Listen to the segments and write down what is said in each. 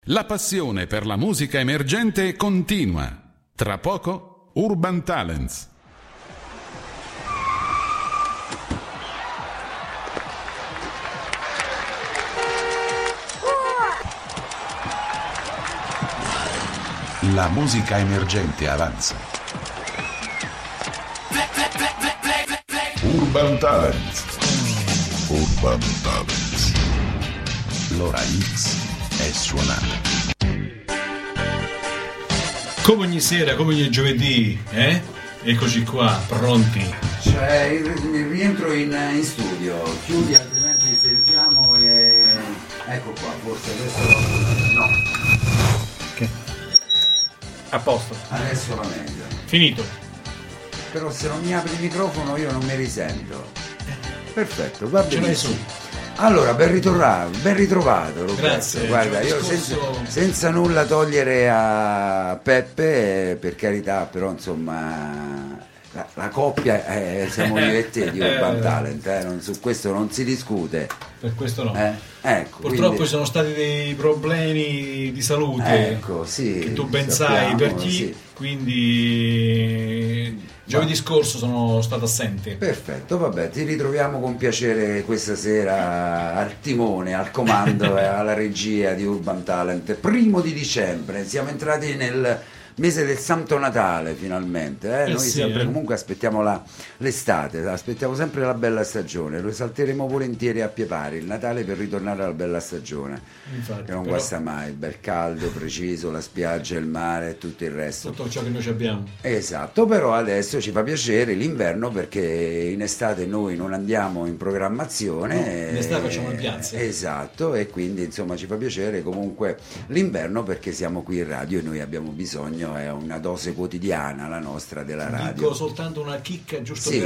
La passione per la musica emergente continua. Tra poco, Urban Talents. La musica emergente avanza. Urban Talents. Urban Talents. L'ora X è suonata. Come ogni sera, come ogni giovedì, Eccoci qua, pronti. Cioè, il rientro in studio, chiudi altrimenti sentiamo e... Ecco qua, forse adesso... No. Che? A posto. Adesso va meglio. Finito. Però se non mi apri il microfono io non mi risento. Perfetto, va benissimo. Allora, ben ritrovato Roberto. Grazie. Guarda, io senza nulla togliere a Peppe, per carità, però insomma la coppia siamo io e te di Urban Talent, su questo non si discute. Per questo no. Ecco, purtroppo quindi... ci sono stati dei problemi di salute, ecco, sì, che tu ben sai per chi, sì. Quindi giovedì scorso sono stato assente. Perfetto, vabbè, ti ritroviamo con piacere questa sera al timone, al comando e alla regia di Urban Talent. 1° di dicembre, siamo entrati nel mese del Santo Natale finalmente, noi sì, sempre comunque aspettiamo l'estate, aspettiamo sempre la bella stagione, lo esalteremo volentieri a pie pari il Natale per ritornare alla bella stagione. Infatti, che non guasta mai, bel caldo preciso, la spiaggia, il mare e tutto il resto, tutto ciò che noi ci abbiamo. Esatto, però adesso ci fa piacere l'inverno perché in estate noi non andiamo in programmazione, no, in estate facciamo le piazze. Esatto, e quindi insomma ci fa piacere comunque l'inverno perché siamo qui in radio e noi abbiamo bisogno, è una dose quotidiana la nostra della radio. Dico soltanto una chicca giusto sì. Per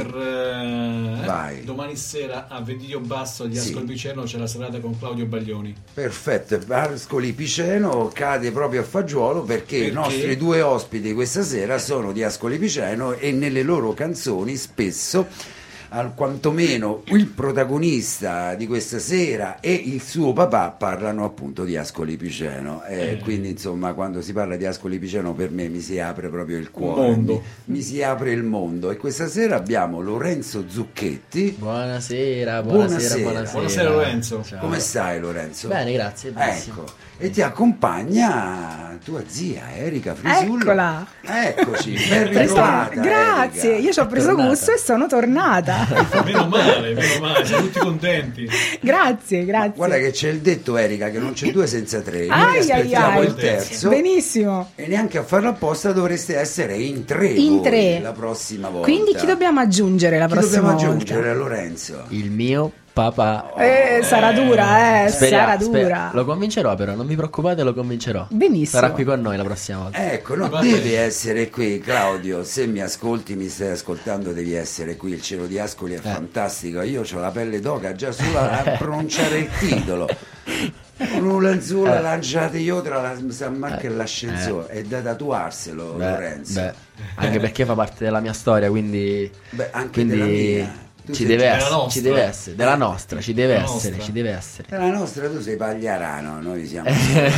Vai. domani sera a Vediglio Basso di Sì. Ascoli Piceno c'è la serata con Claudio Baglioni. Perfetto, Ascoli Piceno cade proprio a fagiolo perché i nostri due ospiti questa sera sono di Ascoli Piceno e nelle loro canzoni spesso quantomeno il protagonista di questa sera e il suo papà parlano appunto di Ascoli Piceno, quindi insomma quando si parla di Ascoli Piceno per me mi si apre proprio il cuore, mi si apre il mondo. E questa sera abbiamo Lorenzo Zucchetti. Buonasera. Buonasera Lorenzo. Ciao. Come stai Lorenzo? Bene, grazie, benissimo. Ecco, e ti accompagna tua zia Erika Frisullo. Eccola. Eccoci, ben ritrovata. Grazie, Erika. io ci ho preso gusto e sono tornata. Meno male, siamo tutti contenti. Grazie. Guarda che c'è il detto, Erika, che non c'è due senza tre. Noi aspettiamo il terzo. Benissimo. E neanche a farlo apposta dovreste essere in tre. In tre. La prossima volta. Quindi chi dobbiamo aggiungere la prossima volta? Dobbiamo aggiungere Lorenzo. Il mio papà. Sarà dura, sarà dura. Lo convincerò però, non vi preoccupate, lo convincerò. Benissimo. Sarà qui con noi la prossima volta. Ecco, no, devi essere qui, Claudio. Se mi ascolti, mi stai ascoltando, devi essere qui. Il cielo di Ascoli è fantastico. Io ho la pelle d'oca già solo a pronunciare il titolo. Con un lenzuolo lanciate io tra la San Marco e l'ascensore. È da tatuarselo, Lorenzo. Anche perché fa parte della mia storia, quindi anche della mia. Ci deve essere, della nostra, ci deve essere. La nostra, tu sei Pagliarano, noi siamo.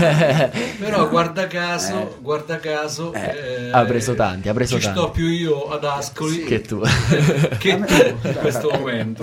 Però guarda caso, ha preso tanti. Ci sto più io ad Ascoli che tu. In questo momento.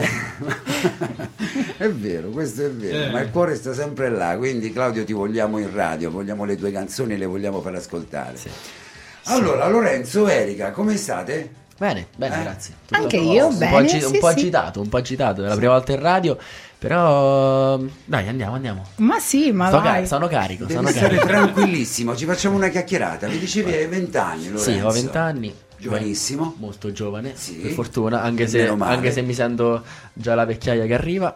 È vero, questo è vero, ma il cuore sta sempre là, quindi Claudio ti vogliamo in radio, vogliamo le tue canzoni, le vogliamo far ascoltare. Sì. Allora, Lorenzo, Erika, come state? Bene, grazie. Tutto anche io bene. Un po' agitato, è la prima volta in radio, però dai, andiamo. Ma sì, ma vai. Sono carico. Devi stare tranquillissimo, ci facciamo una chiacchierata. Mi dicevi hai 20 anni, Lorenzo? Sì, ho 20 anni. Giovanissimo. Molto giovane, sì. Per fortuna, anche se mi sento già la vecchiaia che arriva.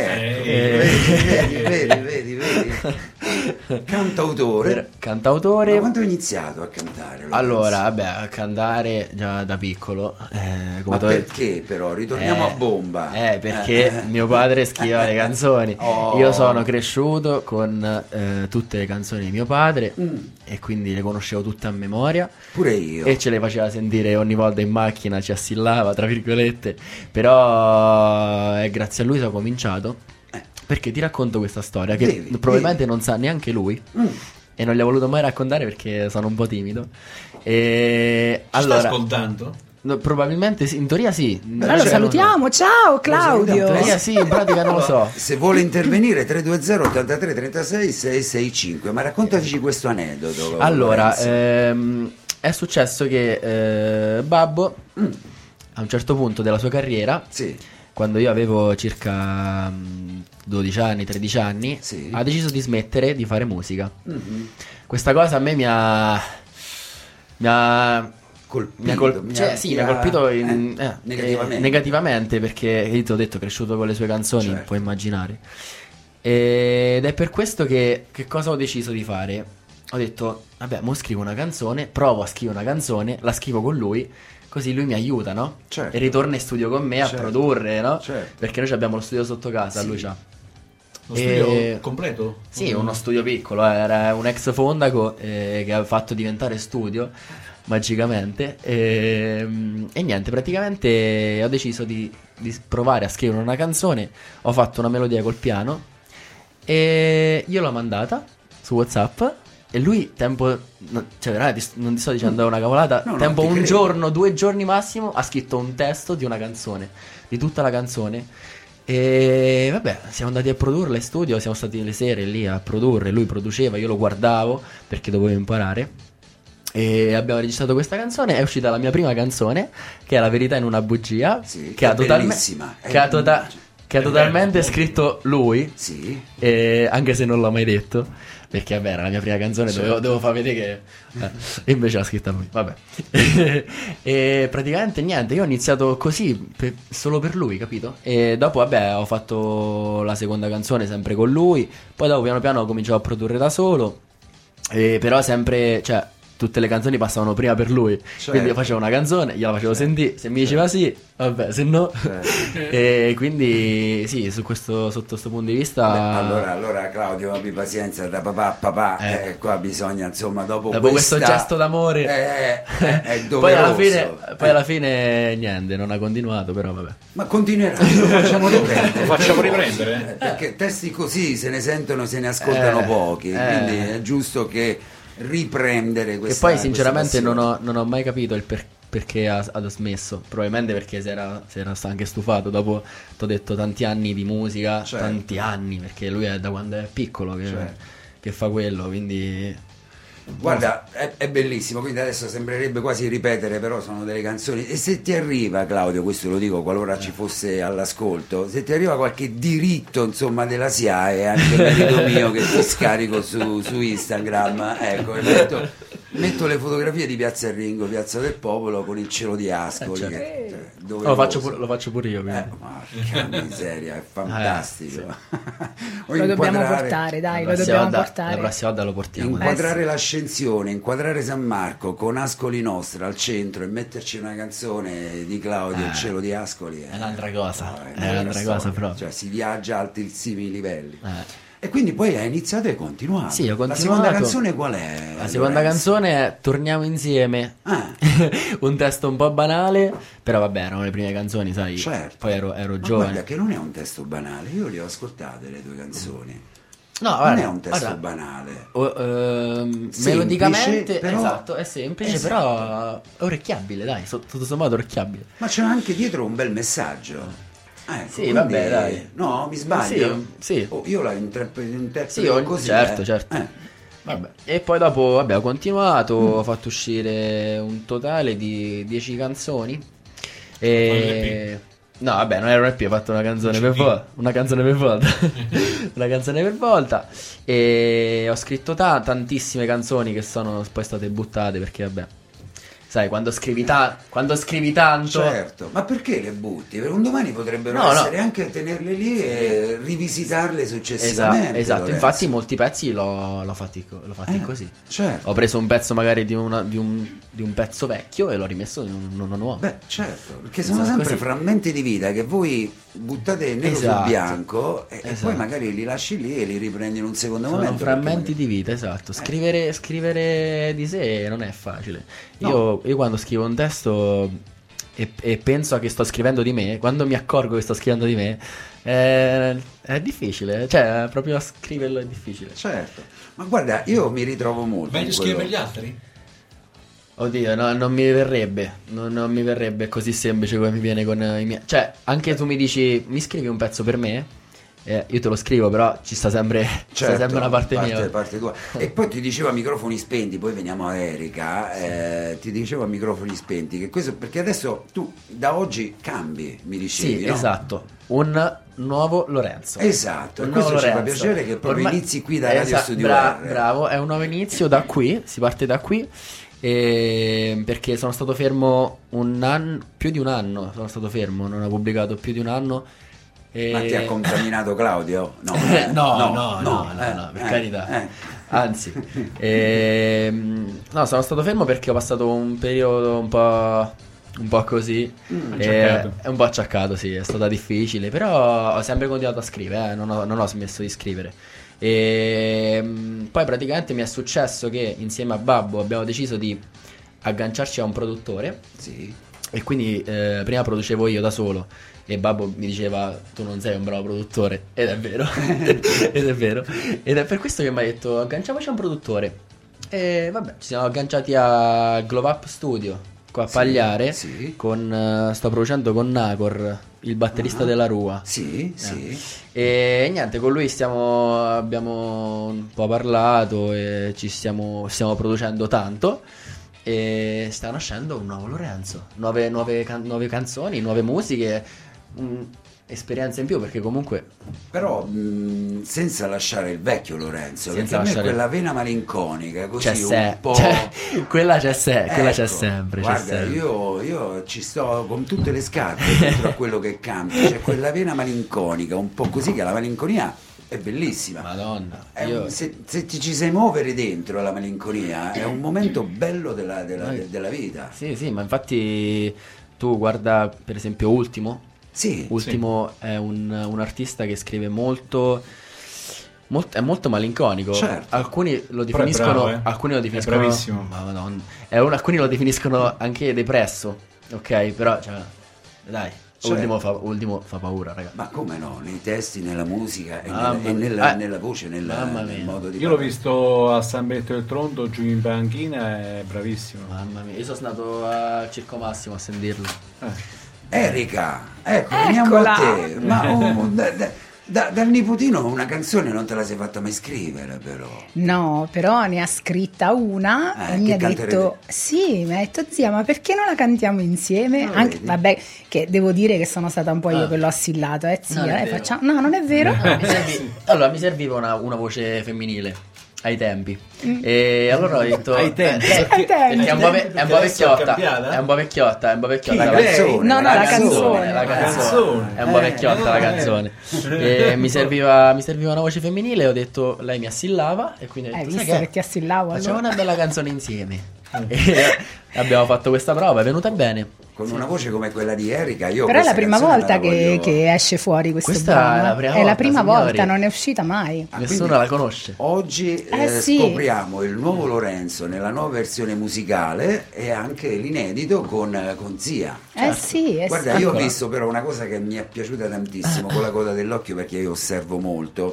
Vedi. Cantautore. cantautore. Ma quando hai iniziato a cantare? Allora, vabbè, a cantare già da piccolo. Ma perché però? Ritorniamo a bomba. Perché mio padre scriveva le canzoni. Io sono cresciuto con tutte le canzoni di mio padre e quindi le conoscevo tutte a memoria. Pure io. E ce le faceva sentire ogni volta in macchina, ci assillava, tra virgolette. Però è grazie a lui che ho cominciato. Perché ti racconto questa storia che probabilmente non sa neanche lui. e non gli ho voluto mai raccontare perché sono un po' timido. E allora, stai ascoltando? No, probabilmente sì, in teoria sì. Però lo salutiamo, ciao Claudio. In teoria sì, in pratica non lo so. Se vuole intervenire 320 83 36 665, ma raccontaci questo aneddoto. Allora, è successo che Babbo a un certo punto della sua carriera, sì, quando io avevo circa 12 anni, 13 anni, sì, ha deciso di smettere di fare musica. Questa cosa a me mi ha colpito, mi ha colpito negativamente, perché io ti ho detto, cresciuto con le sue canzoni, certo, puoi immaginare. Ed è per questo che cosa ho deciso di fare? Ho detto, vabbè, mo scrivo una canzone, provo a scrivere una canzone, la scrivo con lui, così lui mi aiuta, no? Certo. E ritorna in studio con me, certo, a produrre, no? Certo. Perché noi abbiamo lo studio sotto casa, sì, lui c'ha. Lo studio completo? Sì, uno studio piccolo, era un ex fondaco che ha fatto diventare studio magicamente, e niente, praticamente ho deciso di provare a scrivere una canzone, ho fatto una melodia col piano e io l'ho mandata su WhatsApp e lui cioè veramente non ti sto dicendo una cavolata, tempo un giorno, 2 giorni massimo, ha scritto un testo di una canzone, di tutta la canzone. E vabbè, siamo andati a produrla in studio, siamo stati le sere lì a produrre, lui produceva, io lo guardavo perché dovevo imparare. E abbiamo registrato questa canzone, è uscita la mia prima canzone, che è La verità in una bugia, sì, che ha totalmente scritto lui, sì, anche se non l'ho mai detto, perché vabbè era la mia prima canzone, certo, dovevo far vedere che invece l'ha scritta lui, vabbè. E praticamente niente, io ho iniziato così solo per lui, capito? E dopo vabbè ho fatto la seconda canzone sempre con lui, poi dopo piano piano ho cominciato a produrre da solo, però sempre, cioè tutte le canzoni passavano prima per lui, certo, quindi io facevo una canzone, gliela facevo, certo, sentire, se mi diceva sì, vabbè, se no, certo. E quindi sì, sotto questo punto di vista. Vabbè, allora Claudio, abbi pazienza, da papà a papà, qua bisogna, insomma, dopo questo gesto d'amore è doveroso. Poi alla fine niente, non ha continuato, però vabbè. Ma continuerà, lo facciamo riprendere. Lo facciamo riprendere? Perché testi così se ne sentono, se ne ascoltano pochi, quindi è giusto che riprendere questa. E poi sinceramente non ho mai capito il perché ha smesso. Probabilmente perché si era anche stufato. Dopo ti ho detto tanti anni di musica, certo, tanti anni, perché lui è da quando è piccolo che fa quello, quindi guarda, è bellissimo. Quindi adesso sembrerebbe quasi ripetere, però sono delle canzoni. E se ti arriva, Claudio, questo lo dico qualora ci fosse all'ascolto, se ti arriva qualche diritto, insomma, della SIAE, anche merito mio, che ti scarico su Instagram, ecco, metto le fotografie di Piazza Erringo, Piazza del Popolo, con il cielo di Ascoli, certo, lo faccio pure io, ma che miseria, è fantastico. Lo dobbiamo portare, dai, lo dobbiamo portare. La prossima volta lo portiamo. Inquadrare l'ascensione, inquadrare San Marco con Ascoli Nostra al centro e metterci una canzone di Claudio, il cielo di Ascoli, è un'altra cosa, è un'altra cosa proprio. Cioè si viaggia a altissimi livelli. E quindi poi hai iniziato e hai continuato. Sì, ho continuato. La seconda canzone qual è? La seconda canzone è Torniamo insieme. Un testo un po' banale, però vabbè, erano le prime canzoni, sai. Certo. Poi ero giovane. Guarda che non è un testo banale, io le ho ascoltate le tue canzoni. No, non è un testo banale. Melodicamente, però, esatto, è semplice, però è orecchiabile, dai, tutto sommato orecchiabile. Ma c'è anche dietro un bel messaggio. Ecco, sì, vabbè, dai. No, mi sbaglio? Sì. Io la interpreto così. Certo. Vabbè. E poi dopo, vabbè, ho continuato, ho fatto uscire un totale di 10 canzoni. No, vabbè, non era un EP, ho fatto una canzone per volta. Una canzone per volta. E ho scritto tantissime canzoni che sono poi state buttate, perché vabbè, sai, quando scrivi tanto. Certo, ma perché le butti? Perché un domani potrebbero essere anche tenerle lì e rivisitarle successivamente. Esatto. Infatti molti pezzi l'ho fatti così. Certo. Ho preso un pezzo magari di un pezzo vecchio e l'ho rimesso in uno nuovo. Beh, certo, perché sono sempre frammenti di vita che voi buttate nero su bianco e poi magari li lasci lì e li riprendi in un secondo momento. Sono frammenti di vita, esatto. Scrivere di sé non è facile. Io quando scrivo un testo e penso che sto scrivendo di me, quando mi accorgo che sto scrivendo di me, è difficile, cioè proprio a scriverlo è difficile. Certo, ma guarda, io mi ritrovo molto. Meglio scrivere gli altri? Oddio, no, non mi verrebbe, non mi verrebbe così semplice come mi viene con i miei... Cioè, anche tu mi dici, mi scrivi un pezzo per me? Io te lo scrivo, però ci sta sempre, sta sempre una parte mia. Parte tua. E poi ti dicevo a microfoni spenti, poi veniamo a Erika, ti dicevo a microfoni spenti che questo, perché adesso tu da oggi cambi, mi dicevi, sì, no? Esatto, un nuovo Lorenzo. Esatto, e questo ci fa piacere che proprio inizi qui da Radio Studio R. Bravo, è un nuovo inizio da qui, si parte da qui. Perché sono stato fermo più di un anno, sono stato fermo, non ho pubblicato più di un anno. Ma ti ha contaminato Claudio? No, per carità. Anzi, no, sono stato fermo perché ho passato un periodo un po' così, è un po' acciaccato, sì, è stata difficile, però ho sempre continuato a scrivere, non ho smesso di scrivere. E poi praticamente mi è successo che insieme a Babbo abbiamo deciso di agganciarci a un produttore. Sì. E quindi prima producevo io da solo e Babbo mi diceva tu non sei un bravo produttore, ed è vero. Ed è per questo che mi ha detto agganciamoci a un produttore. E vabbè, ci siamo agganciati a Glow Up Studio qua a Pagliare. Sì. Sto producendo con Nacor, il batterista della Rua. Sì. E niente, con lui abbiamo un po' parlato e ci stiamo producendo tanto. E sta nascendo un nuovo Lorenzo, nuove canzoni, nuove musiche, esperienza in più, perché comunque però senza lasciare il vecchio Lorenzo, perché a me quella vena malinconica così c'è un po', quella c'è quella c'è ecco, sempre. Guarda, io ci sto con tutte le scarpe dentro a quello che canti, c'è quella vena malinconica un po' così, che la malinconia è bellissima. Madonna, se ti ci sai muovere dentro la malinconia è un momento bello della vita. Sì, ma infatti tu guarda per esempio Ultimo. Sì. Ultimo è un artista che scrive molto, è molto malinconico. Certo. Alcuni lo definiscono, è bravissimo. Madonna. Alcuni lo definiscono anche depresso. Ok, però cioè, dai. Certo. Ultimo fa paura, raga. Ma come no? Nei testi, nella musica e nella voce, nel modo di Io l'ho visto a San Benedetto del Tronto giù in panchina, è bravissimo. Mamma mia, io sono andato a Circo Massimo a sentirlo. Erika, ecco, veniamo a te. Ma dal nipotino una canzone non te la sei fatta mai scrivere, però. No, però ne ha scritta una e mi ha detto zia, ma perché non la cantiamo insieme? Vabbè, che devo dire che sono stata un po' io che l'ho assillato, zia, no, non è vero? Allora mi serviva una voce femminile ai tempi. E allora ho detto ai tempi perché è un po' vecchiotta. È un po' vecchiotta. La canzone. La canzone. È un po' vecchiotta la canzone. E mi serviva una voce femminile, ho detto lei mi assillava e quindi ho detto, visto che ti assillavo, facciamo una bella canzone insieme. E abbiamo fatto questa prova, è venuta bene. Con una voce come quella di Erika, però è la prima volta che esce fuori questo brano. È la prima volta, non è uscita mai. Nessuno la conosce. Oggi scopriamo il nuovo Lorenzo nella nuova versione musicale e anche l'inedito con Zia. Sì, guarda, io ho visto però una cosa che mi è piaciuta tantissimo con la coda dell'occhio, perché io osservo molto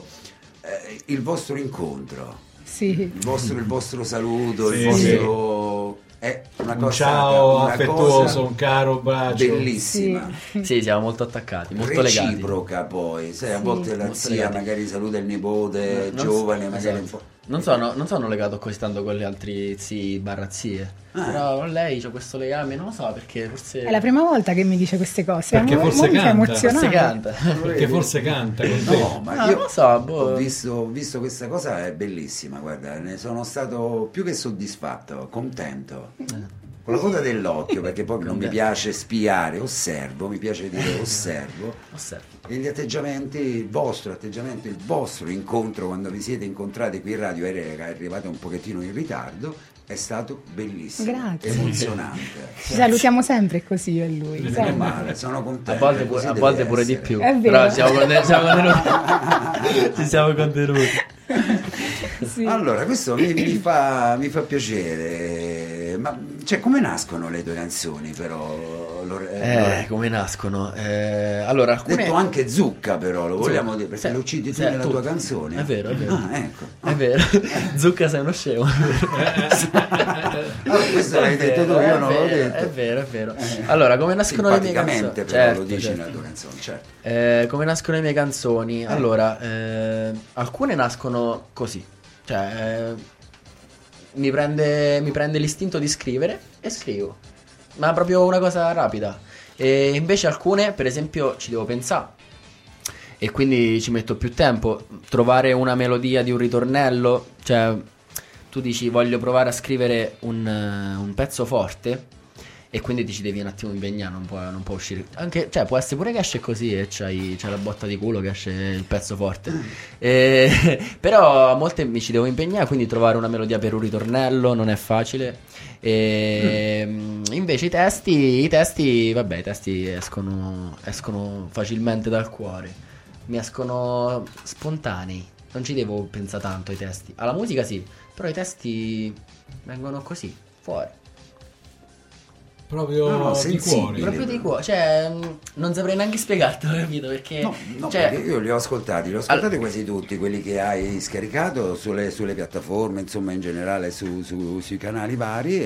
il vostro incontro. Sì. Il vostro saluto, il vostro... È una cosa, ciao affettuoso, un caro bacio, bellissima. Sì, siamo molto attaccati, molto reciproca legati. Poi sai, a volte la zia magari saluta il nipote giovane, magari un po'. Non sono legato così tanto con gli altri zii / zie. Però con lei c'ho questo legame, non lo so, perché forse è la prima volta che mi dice queste cose. Perché forse canta. Perché forse canta con te. No, ma io non lo so, ho visto questa cosa, è bellissima, guarda, ne sono stato più che soddisfatto, contento. Con la coda dell'occhio, perché poi non mi piace spiare, mi piace dire osservo. E gli atteggiamenti, il vostro incontro quando vi siete incontrati qui in radio, Erika è arrivata un pochettino in ritardo, è stato bellissimo. Grazie. Emozionante. Ci salutiamo sempre così io e lui. Non male, sono contento. A volte pure di più. È vero. Però ci siamo contenuti. Sì. Allora, questo mi fa piacere. Ma cioè, come nascono le tue canzoni, però, Come nascono? Allora, alcune... Detto anche Zucca, però lo vogliamo dire, perché lo citi tu nella tua canzone. È vero, è vero. Ecco. È vero. Zucca sei uno scemo. Questo l'hai detto tu, io non l'ho detto. È vero. Allora, come nascono le mie canzoni? Però Certo, lo dici certo. nella tua canzone, certo. Come nascono le mie canzoni? Allora, alcune nascono così. Cioè, mi prende l'istinto di scrivere e scrivo. Ma proprio una cosa rapida. E invece alcune, per esempio, ci devo pensare. E quindi ci metto più tempo. Trovare una melodia di un ritornello. Cioè, tu dici voglio provare a scrivere un pezzo forte. E quindi ti ci devi un attimo impegnare, non può uscire. Anche, cioè, può essere pure che esce così e c'è la botta di culo che esce il pezzo forte. Però a molte mi ci devo impegnare, quindi trovare una melodia per un ritornello non è facile. Invece i testi, vabbè, i testi escono facilmente dal cuore. Mi escono spontanei. Non ci devo pensare tanto ai testi. Alla musica sì, però i testi vengono così, fuori. Proprio di cuore. Proprio di cuore. Cioè, non saprei neanche spiegartelo, capito? Perché, no, cioè, perché io li ho ascoltati quasi tutti, quelli che hai scaricato sulle piattaforme, insomma, in generale sui canali vari,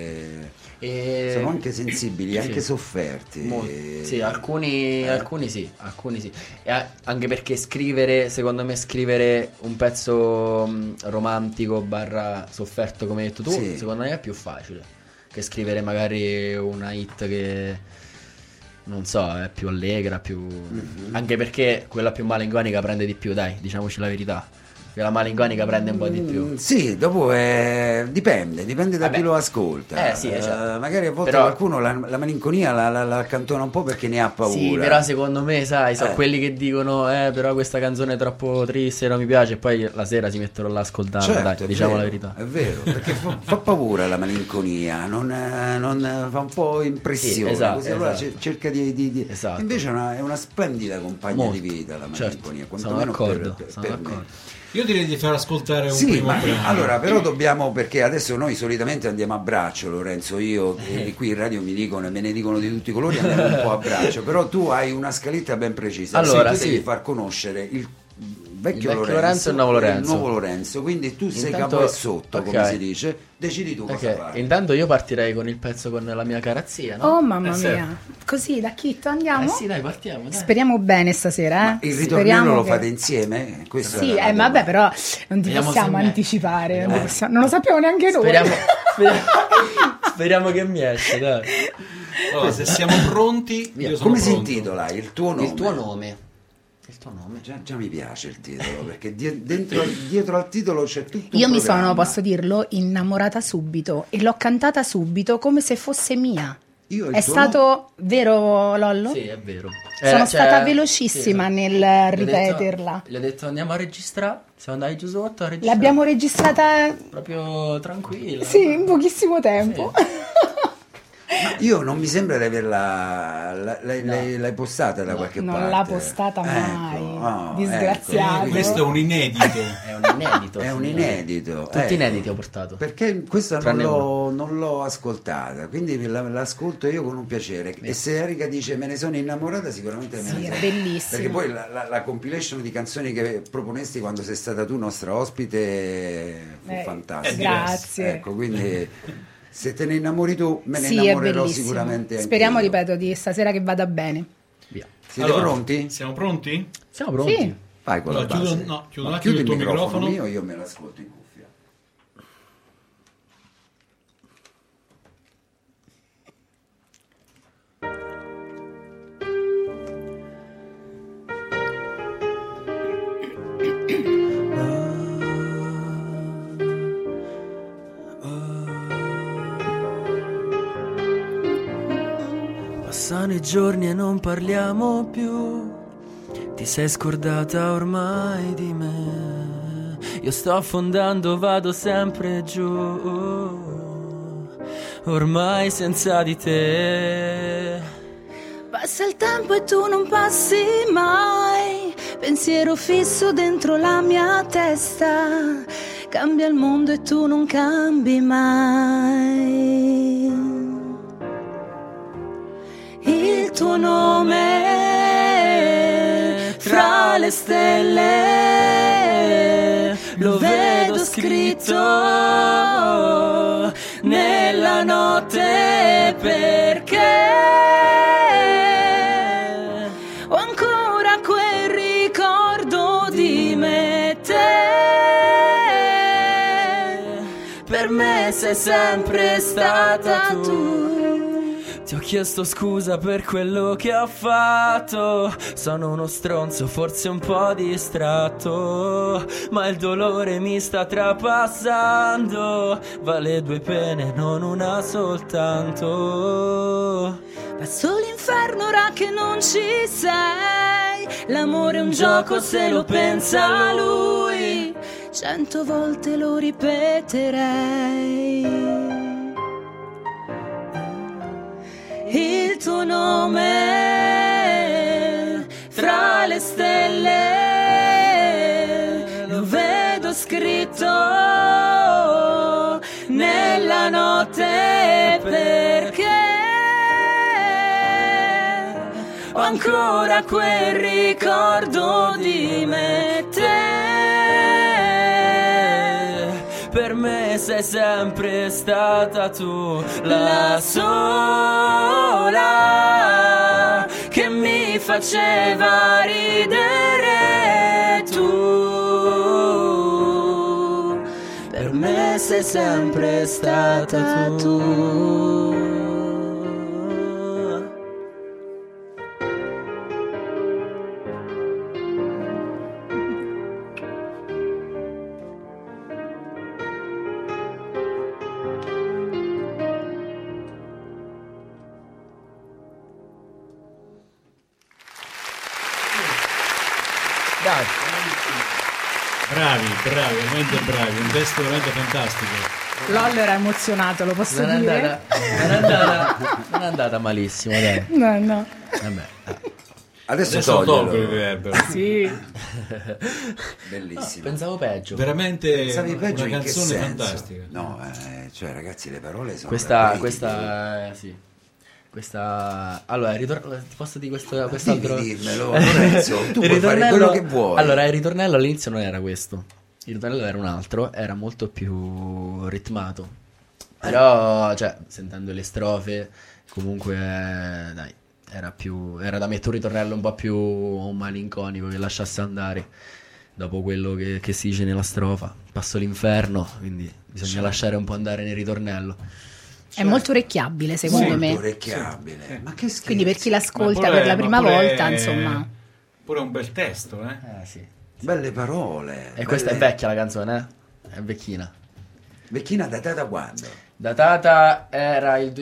e sono anche sensibili, sì, anche sofferti. Sì, alcuni sì. E anche perché secondo me scrivere un pezzo romantico / sofferto, come hai detto tu, sì, secondo me è più facile che scrivere magari una hit che, non so, è più allegra, più... Anche perché quella più malinconica prende di più, dai, diciamoci la verità. La malinconica prende un po' di più. Sì, dopo dipende da chi lo ascolta. Sì, certo. Magari a volte qualcuno la malinconia la accantona un po', perché ne ha paura. Sì, però secondo me, sai, sono quelli che dicono però questa canzone è troppo triste, non mi piace, e poi la sera si mettono là a ascoltarla, certo, dai, diciamo la verità. È vero, perché fa paura la malinconia, non fa un po' impressione, sì, esatto, così allora cerca di... Esatto. Invece è una splendida compagna di vita la malinconia, certo, sono d'accordo. Me. Io direi di far ascoltare un primo brano. Allora, però dobbiamo, perché adesso noi solitamente andiamo a braccio, Lorenzo, io e qui in radio me ne dicono di tutti i colori, andiamo un po' a braccio, però tu hai una scaletta ben precisa. Allora, tu devi far conoscere il vecchio Lorenzo e il nuovo Lorenzo, quindi tu sei capo e sotto, come si dice, decidi tu cosa fare. Intanto io partirei con il pezzo con la mia carazia, no? Oh mamma mia, così da Chitto andiamo? Sì, dai, partiamo, dai. Speriamo bene stasera, Ma il ritornello lo fate insieme? Questo sì, vabbè, però non ti possiamo anticipare, non lo sappiamo neanche noi. Speriamo che mi esce, dai. Allora, se siamo pronti, come si intitola il tuo nome? Il tuo nome. Già mi piace il titolo, perché dietro al titolo c'è tutto io un mi programma. sono, posso dirlo, innamorata subito e l'ho cantata subito come se fosse mia. È stato vero, Lollo? Sì, è vero. Sono stata velocissima nel ripeterla. Gli ho detto andiamo a registrare, siamo andati giù sotto a registrare. L'abbiamo registrata proprio tranquilla. Sì, in pochissimo tempo. Sì. Ma io non mi sembra di averla l'hai postata da qualche parte. Non l'ha postata mai, disgraziato. Ecco. Questo è un inedito. È un inedito. Tutti inediti ho portato. Perché questa non l'ho ascoltata, quindi l'ascolto io con un piacere. E se Erika dice me ne sono innamorata, sicuramente me ne sono. Bellissimo. Perché poi la compilation di canzoni che proponesti quando sei stata tu nostra ospite fu fantastica. Grazie. Ecco, quindi se te ne innamori tu, me ne innamorerò sicuramente anche Speriamo, io. ripeto, di stasera che vada bene. Via. Siete pronti? Siamo pronti? Siamo pronti. Sì. Vai con la base. Chiudo un attimo il tuo microfono. Io me l'ascolto in cuffia. Passano i giorni e non parliamo più. Ti sei scordata ormai di me. Io sto affondando, vado sempre giù. Ormai senza di te. Passa il tempo e tu non passi mai. Pensiero fisso dentro la mia testa. Cambia il mondo e tu non cambi mai. tuo nome fra le stelle, lo vedo scritto nella notte, perché ho ancora quel ricordo di me e te. Per me sei sempre stata tu. Ti ho chiesto scusa per quello che ho fatto, sono uno stronzo, forse un po' distratto, ma il dolore mi sta trapassando, vale 2 pene, non una soltanto. Passo l'inferno ora che non ci sei, l'amore è un gioco se lo pensa lui, 100 volte lo ripeterei. Il tuo nome fra le stelle, lo vedo scritto nella notte, perché ho ancora quel ricordo di me e te. Per me sei sempre stata tu, la sola che mi faceva ridere tu. Per me sei sempre stata tu. Bravi, veramente bravi, un testo veramente fantastico. Lollo era emozionato, lo posso dire? Non è andata malissimo, dai. No. Vabbè. Adesso tolgo il reverb. Sì. Bellissimo. Pensavo peggio. Veramente Pensavi peggio una in che canzone senso? fantastica. No, cioè ragazzi, le parole sono Questa sì. Allora, ti posso dire quest'altro. Dimmelo, Lorenzo, tu puoi fare quello che vuoi. Allora, il ritornello all'inizio non era questo. Il ritornello era un altro, era molto più ritmato. Però, cioè, sentendo le strofe, comunque, dai, era da mettere un ritornello un po' più malinconico, che lasciasse andare. Dopo quello che si dice nella strofa, passo l'inferno, quindi bisogna lasciare un po' andare nel ritornello. È molto orecchiabile, secondo me. Molto orecchiabile. Ma che scherzo. Quindi per chi l'ascolta per la prima volta, insomma. Pure un bel testo, Sì. Belle parole. E questa è vecchia la canzone, È vecchina. Vecchina datata quando? Datata era il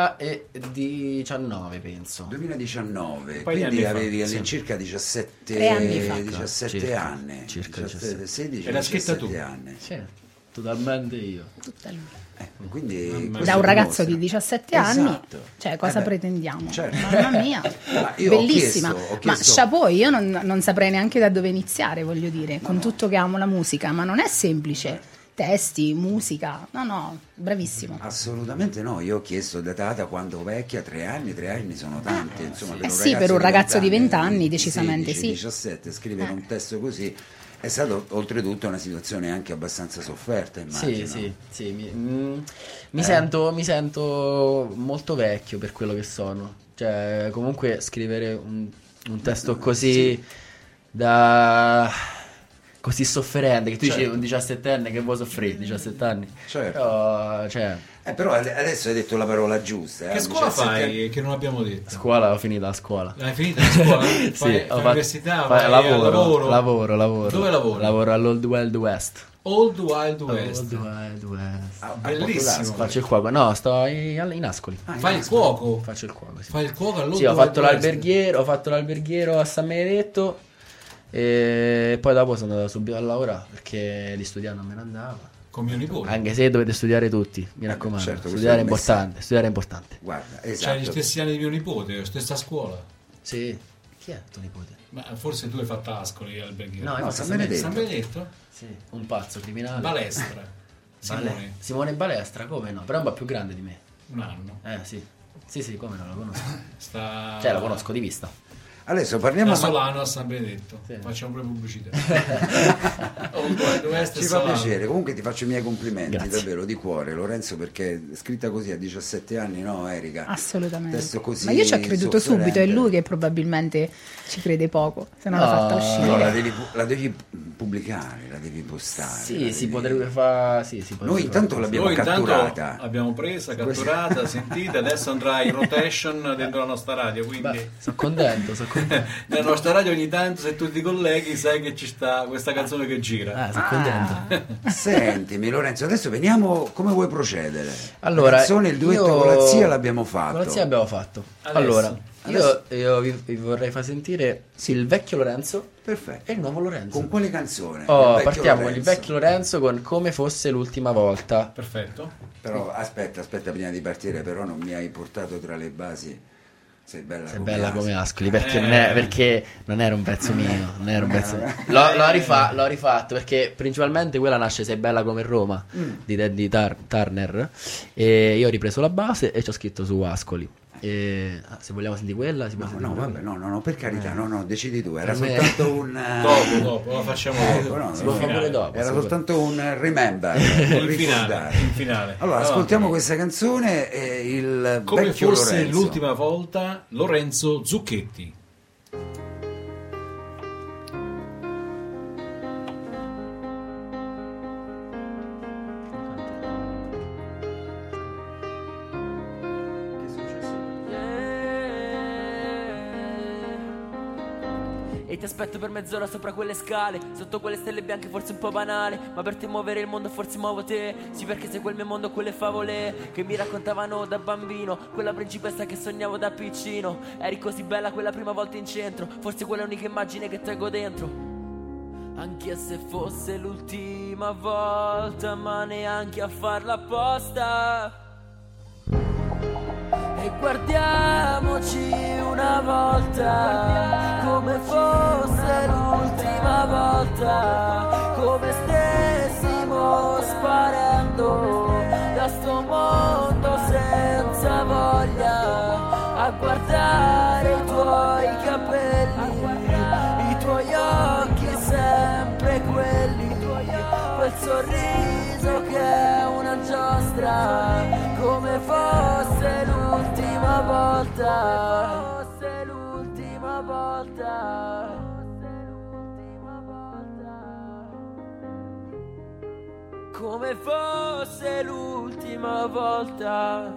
2019, penso. 2019, Poi quindi anni fa, avevi sì. all'incirca 17 3 anni fa. 17 Circa, anni. circa 16, Era scritta 17 tu. anni. Sì, totalmente io. Tutta lui. Quindi Da un ragazzo di 17 anni, Esatto. cioè cosa beh, pretendiamo? certo. Mamma mia, Ma io bellissima. ho Ma chiesto- chapeau, io non saprei neanche da dove iniziare, voglio dire, con tutto che amo la musica, ma non è semplice. Testi, musica, no, bravissimo. Assolutamente no, io ho chiesto datata quando vecchia, 3 anni sono tanti, insomma, sì, per un ragazzo di 20 anni, decisamente 16, sì. 17, scrivere un testo così è stato oltretutto una situazione anche abbastanza sofferta, immagino. Sì, mi sento molto vecchio per quello che sono. Cioè, comunque scrivere un testo così così sofferente, che tu dici un 17enne che vuoi soffrire, 17 anni. Certo. Però, cioè, Però adesso hai detto la parola giusta. Che scuola 17 fai che non abbiamo detto? scuola, ho finito la scuola. Hai finito la scuola? Sì, Fai ho università? fatto, Vai al lavoro? Lavoro. Dove lavori? Lavoro all'Old Wild West. Old Wild West. Old Wild West. Bellissimo. Faccio il cuoco. No, sto in Ascoli. Fai il cuoco? Faccio il cuoco, sì. Fai il cuoco all'Old Sì, ho Wild fatto West? l'alberghiero a San Benedetto e poi dopo sono andato subito a lavorare perché di studiare non me ne andava. Con mio nipote. Anche se dovete studiare tutti, mi raccomando. certo, studiare è questo è il importante, studiare è importante. Guarda, C'hai esatto. gli stessi anni di mio nipote, stessa scuola. Sì. Chi è tuo nipote? Ma forse tu hai fatto Ascoli alberghiero. No, io No, ho fatto San Benedetto. San Benedetto? Sì, un pazzo criminale. Balestra. Simone. Simone Balestra, come no? Però è un po' più grande di me. Un anno. Sì. Sì, come no, lo conosco. Sta... Cioè, lo conosco di vista. Adesso parliamo a Solano, a San Benedetto. Sì. Facciamo pure pubblicità. Ci fa piacere, comunque ti faccio i miei complimenti. Grazie. Davvero di cuore, Lorenzo, perché scritta così a 17 anni, no Erika? Assolutamente. Testo così Ma io ci ho creduto subito, è lui che probabilmente ci crede poco, se non l'ha fatta uscire. No, la devi pubblicare, la devi postare. Sì, si potrebbe fare. Noi intanto l'abbiamo catturata. Abbiamo presa, catturata, sentita, adesso andrà in rotation dentro la nostra radio, quindi Sono contento. nella nostra radio ogni tanto, se tu ti colleghi, sai che ci sta questa canzone che gira. Sono contento. Sentimi Lorenzo, adesso veniamo, come vuoi procedere? Allora, la canzone, il duetto con la zia l'abbiamo fatto. Con la zia abbiamo fatto. Adesso. Allora, io vi vorrei far sentire il vecchio Lorenzo Perfetto. e il nuovo Lorenzo. Con quale canzone? Partiamo con il vecchio Lorenzo con Come fosse l'ultima volta. Perfetto. Però aspetta, prima di partire, però non mi hai portato tra le basi. Sei bella Come Ascoli, perché non era un pezzo mio, non era un pezzo mio. L'ho rifatto perché principalmente quella nasce Sei bella come Roma di Teddy Turner, e io ho ripreso la base e ci ho scritto su Ascoli. Se vogliamo sentire quella, si può sentire quella. No, per carità, no, decidi tu, era Per me- soltanto un Dopo, la facciamo dopo. no, Si può fare pure dopo. era soltanto un remember, un In ricordare. finale. Allora, ascoltiamo questa canzone e il Come vecchio fosse Lorenzo. l'ultima volta, Lorenzo Zucchetti. E ti aspetto per mezz'ora sopra quelle scale, sotto quelle stelle bianche, forse un po' banale, ma per te muovere il mondo forse muovo te. Sì, perché sei quel mio mondo, quelle favole che mi raccontavano da bambino, quella principessa che sognavo da piccino. Eri così bella quella prima volta in centro, forse quella è l'unica immagine che tengo dentro. Anche se fosse l'ultima volta, ma neanche a farla apposta. E guardiamoci una volta, come fosse l'ultima volta, come stessimo sparendo da sto mondo senza voglia, a guardare i tuoi capelli, i tuoi occhi sempre quelli, quel sorriso che è una giostra, come fosse l'ultima volta, fosse l'ultima volta, come fosse l'ultima volta.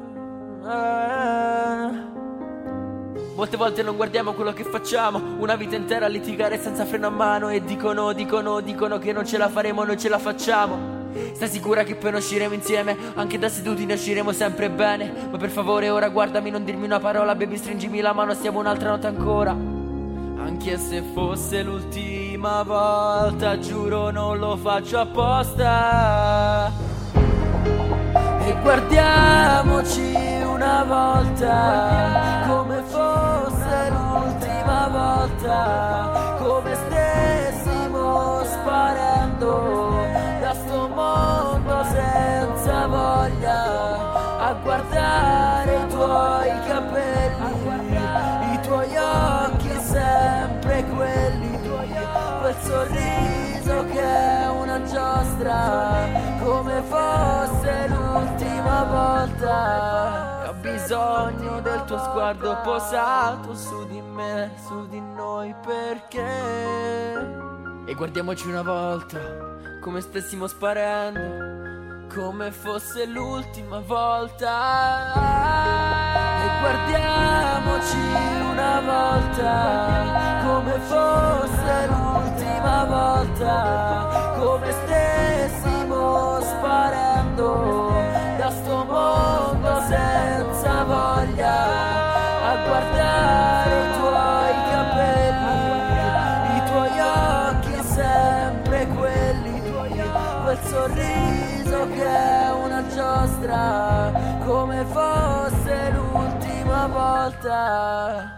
Molte volte non guardiamo quello che facciamo, una vita intera a litigare senza freno a mano, e dicono che non ce la faremo, noi ce la facciamo. Stai sicura che poi non usciremo insieme? Anche da seduti ne usciremo sempre bene. Ma per favore ora guardami, non dirmi una parola, baby, stringimi la mano, stiamo un'altra notte ancora. Anche se fosse l'ultima volta, giuro non lo faccio apposta. E guardiamoci una volta, come fosse l'ultima volta, come stessimo sparendo da sto mondo senza voglia, a guardare i tuoi capelli, i tuoi occhi sempre quelli, quel sorriso che è una giostra, come fosse l'ultima volta. Ho bisogno del tuo sguardo posato su di me, su di noi, perché? E guardiamoci una volta, come stessimo sparendo, come fosse l'ultima volta. E guardiamoci una volta, come fosse l'ultima volta, come stessimo sparendo da sto mondo senza voglia, a guardare i tuoi capelli, i tuoi occhi sempre quelli, quel sorriso che è una giostra, come fosse l'ultima volta.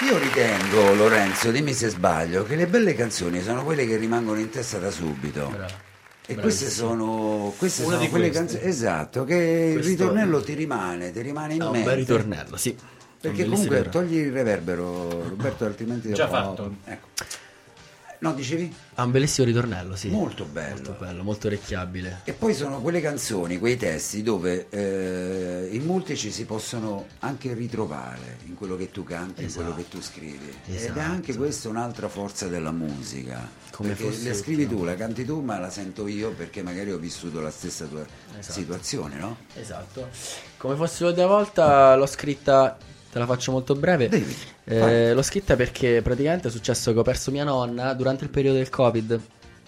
Io ritengo, Lorenzo, dimmi se sbaglio, che le belle canzoni sono quelle che rimangono in testa da subito. Bravo. E queste sono di quelle queste. canzoni, esatto, che il ritornello ti rimane in un mente. bel ritornello, sì. Perché Un comunque bellissimo togli il reverbero, Roberto, altrimenti Già dopo- fatto. Ecco. No, dicevi? Ha un bellissimo ritornello, sì. Molto bello. Molto bello, molto orecchiabile. E poi sono quelle canzoni, quei testi dove in molti ci si possono anche ritrovare in quello che tu canti, in quello che tu scrivi. Ed Esatto. è anche questa un'altra forza della musica. Come perché fosse le scrivi tu, la canti tu, ma la sento io perché magari ho vissuto la stessa tua Esatto. situazione, no? Esatto. Come fosse l'ultima volta, l'ho scritta, te la faccio molto breve. Devi. Vai. L'ho scritta perché praticamente è successo che ho perso mia nonna durante il periodo del Covid.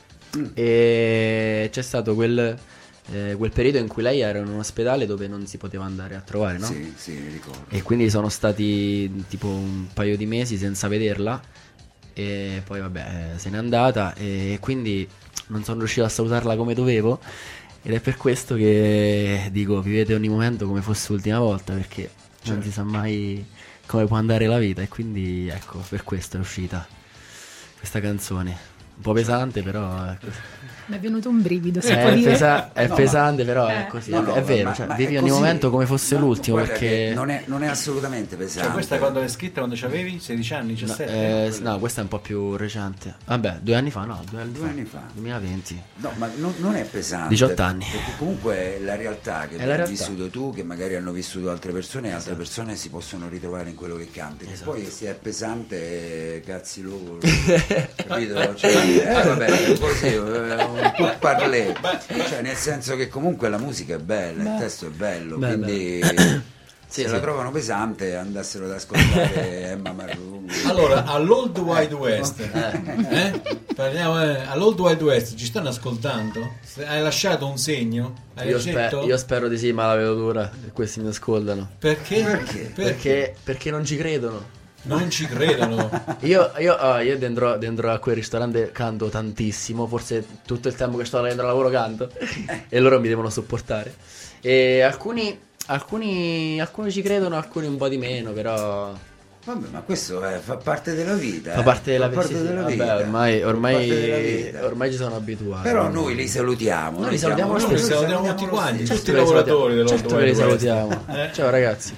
E c'è stato quel periodo in cui lei era in un ospedale dove non si poteva andare a trovare, no? Sì, sì, mi ricordo. E quindi sono stati tipo un paio di mesi senza vederla. E poi vabbè, se n'è andata. E quindi non sono riuscito a salutarla come dovevo. Ed è per questo che dico, vivete ogni momento come fosse l'ultima volta, perché non si sa mai come può andare la vita. E quindi ecco, per questo è uscita questa canzone. Un po' pesante, però Mi è venuto un brivido, si può dire. è pesante, però è così. No, no, è vero, ma- cioè, ma vivi è ogni così. momento come fosse No, l'ultimo, guarda perché che non è assolutamente pesante. Cioè, questa quando l'hai scritta, quando c'avevi 16 anni, 17? no, questa è un po' più recente. Vabbè, 2 anni fa, no, 2 anni fa. 2020. No, ma non è pesante. 18 anni. Perché comunque è la realtà che È la hai realtà. vissuto tu, che magari hanno vissuto altre persone, e altre persone si possono ritrovare in quello che canti. Che Esatto. poi se è pesante, cazzi loro. Capito? Cioè, vabbè, è così, un po' parlé. Cioè, nel senso che comunque la musica è bella, il testo è bello, Beh, quindi Sì, se sì. la trovano pesante andassero ad ascoltare Emma Marrone. Allora, all'Old Wild West, parliamo, all'Old Wild West ci stanno ascoltando? Hai lasciato un segno? Hai detto? Io spero di sì, ma la vedo dura, che questi mi ascoltano. Perché? Perché non ci credono. Non ci credono. Io dentro a quel ristorante canto tantissimo, forse tutto il tempo che sto dentro al lavoro canto, e loro mi devono sopportare. E alcuni ci credono, alcuni un po' di meno, però Vabbè, ma questo fa parte della vita. fa parte della parte sì, della vabbè, vita. ormai, Fa parte della vita. ormai ci sono abituato. Però noi li salutiamo. Noi li salutiamo lo Noi stesso. salutiamo tutti quanti, lo tutti i stesso. lavoratori dell'Old Certo che li Wild West. salutiamo. Ciao ragazzi.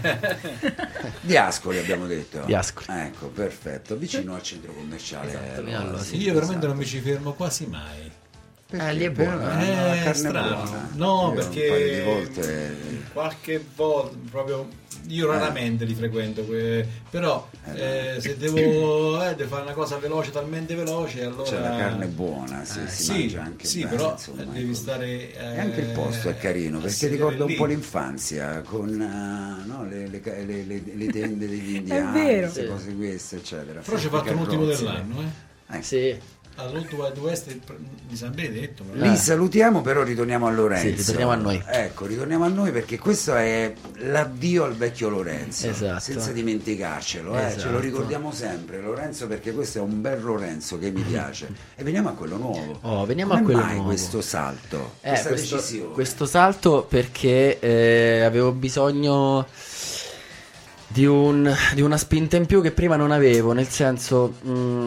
Di Ascoli abbiamo detto. Di Ascoli. Ecco, perfetto, vicino al centro commerciale. Esatto, allora, allora, sì, Io veramente esatto. non mi ci fermo quasi mai. Lì è buono. La carne è strano. buona. No, Io perché un paio di volte qualche volta proprio io raramente li frequento, però se devo fare una cosa veloce, talmente veloce, allora cioè, la carne è buona, si sì, mangia anche sì, bene, però insomma, devi ecco. stare E anche il posto è carino perché sì, ricorda un lì. po' l'infanzia con no, le tende degli indiani, vero. queste Sì. cose queste, eccetera. Però c'è fatto l'ultimo dell'anno, Sì. all'Old Wild West di San Benedetto. Li salutiamo, però ritorniamo a Lorenzo. Sì, ritorniamo a noi. Ecco, ritorniamo a noi perché questo è l'addio al vecchio Lorenzo. Esatto. Senza dimenticarcelo, Esatto. ce lo ricordiamo sempre, Lorenzo, perché questo è un bel Lorenzo che mi piace. E veniamo a quello nuovo. Veniamo Come a quello mai nuovo. questo salto? Questa decisione? questo salto perché avevo bisogno di una spinta in più che prima non avevo, nel senso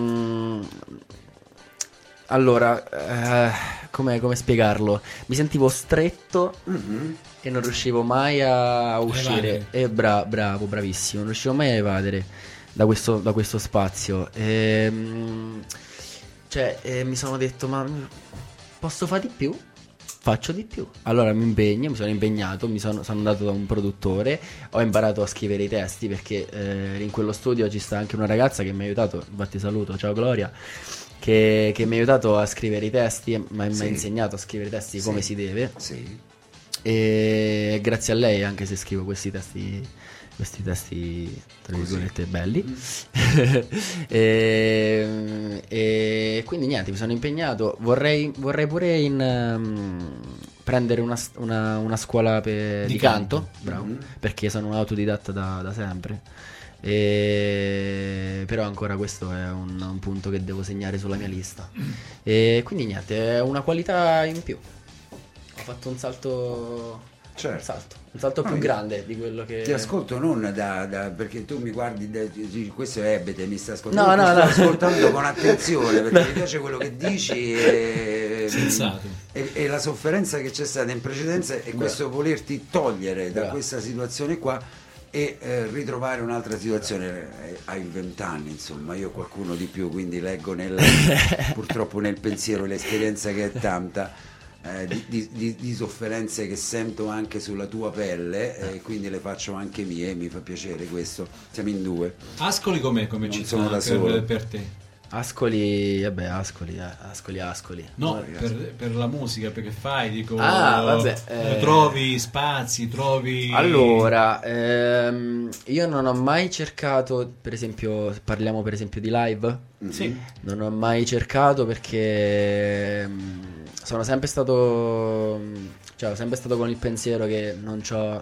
allora come spiegarlo? Mi sentivo stretto e non riuscivo mai a uscire. E bravissimo, non riuscivo mai a evadere da questo spazio. Mi sono detto, ma posso fare di più? Faccio di più. Allora mi sono impegnato, sono andato da un produttore, ho imparato a scrivere i testi perché in quello studio ci sta anche una ragazza che mi ha aiutato, infatti saluto, ciao Gloria, che mi ha aiutato a scrivere i testi, mi ha insegnato a scrivere i testi come si deve. Sì. E grazie a lei anche se scrivo questi testi tra virgolette belli. e quindi niente, mi sono impegnato, vorrei pure prendere una scuola di canto, bravo, perché sono un autodidatta da sempre. Però ancora questo è un punto che devo segnare sulla mia lista. E quindi niente, è una qualità in più. Ho fatto un salto Certo. Un salto più grande di quello che... Ti ascolto non perché tu mi guardi, questo è Ebete, mi sta ascoltando, no. sto ascoltando con attenzione perché mi piace quello che dici e la sofferenza che c'è stata in precedenza e questo volerti togliere da questa situazione qua e ritrovare un'altra situazione. Hai 20 anni, insomma, io qualcuno di più, quindi leggo purtroppo nel pensiero l'esperienza che è tanta. Di sofferenze che sento anche sulla tua pelle e quindi le faccio anche mie, mi fa piacere questo. Siamo in due. Ascoli come città sono da solo. per te? Ascoli. No, per la musica, perché fai, dico, trovi spazi, trovi... Allora, io non ho mai cercato, per esempio, parliamo per esempio di live? Sì. Non ho mai cercato perché sono sempre stato, ho sempre stato con il pensiero che non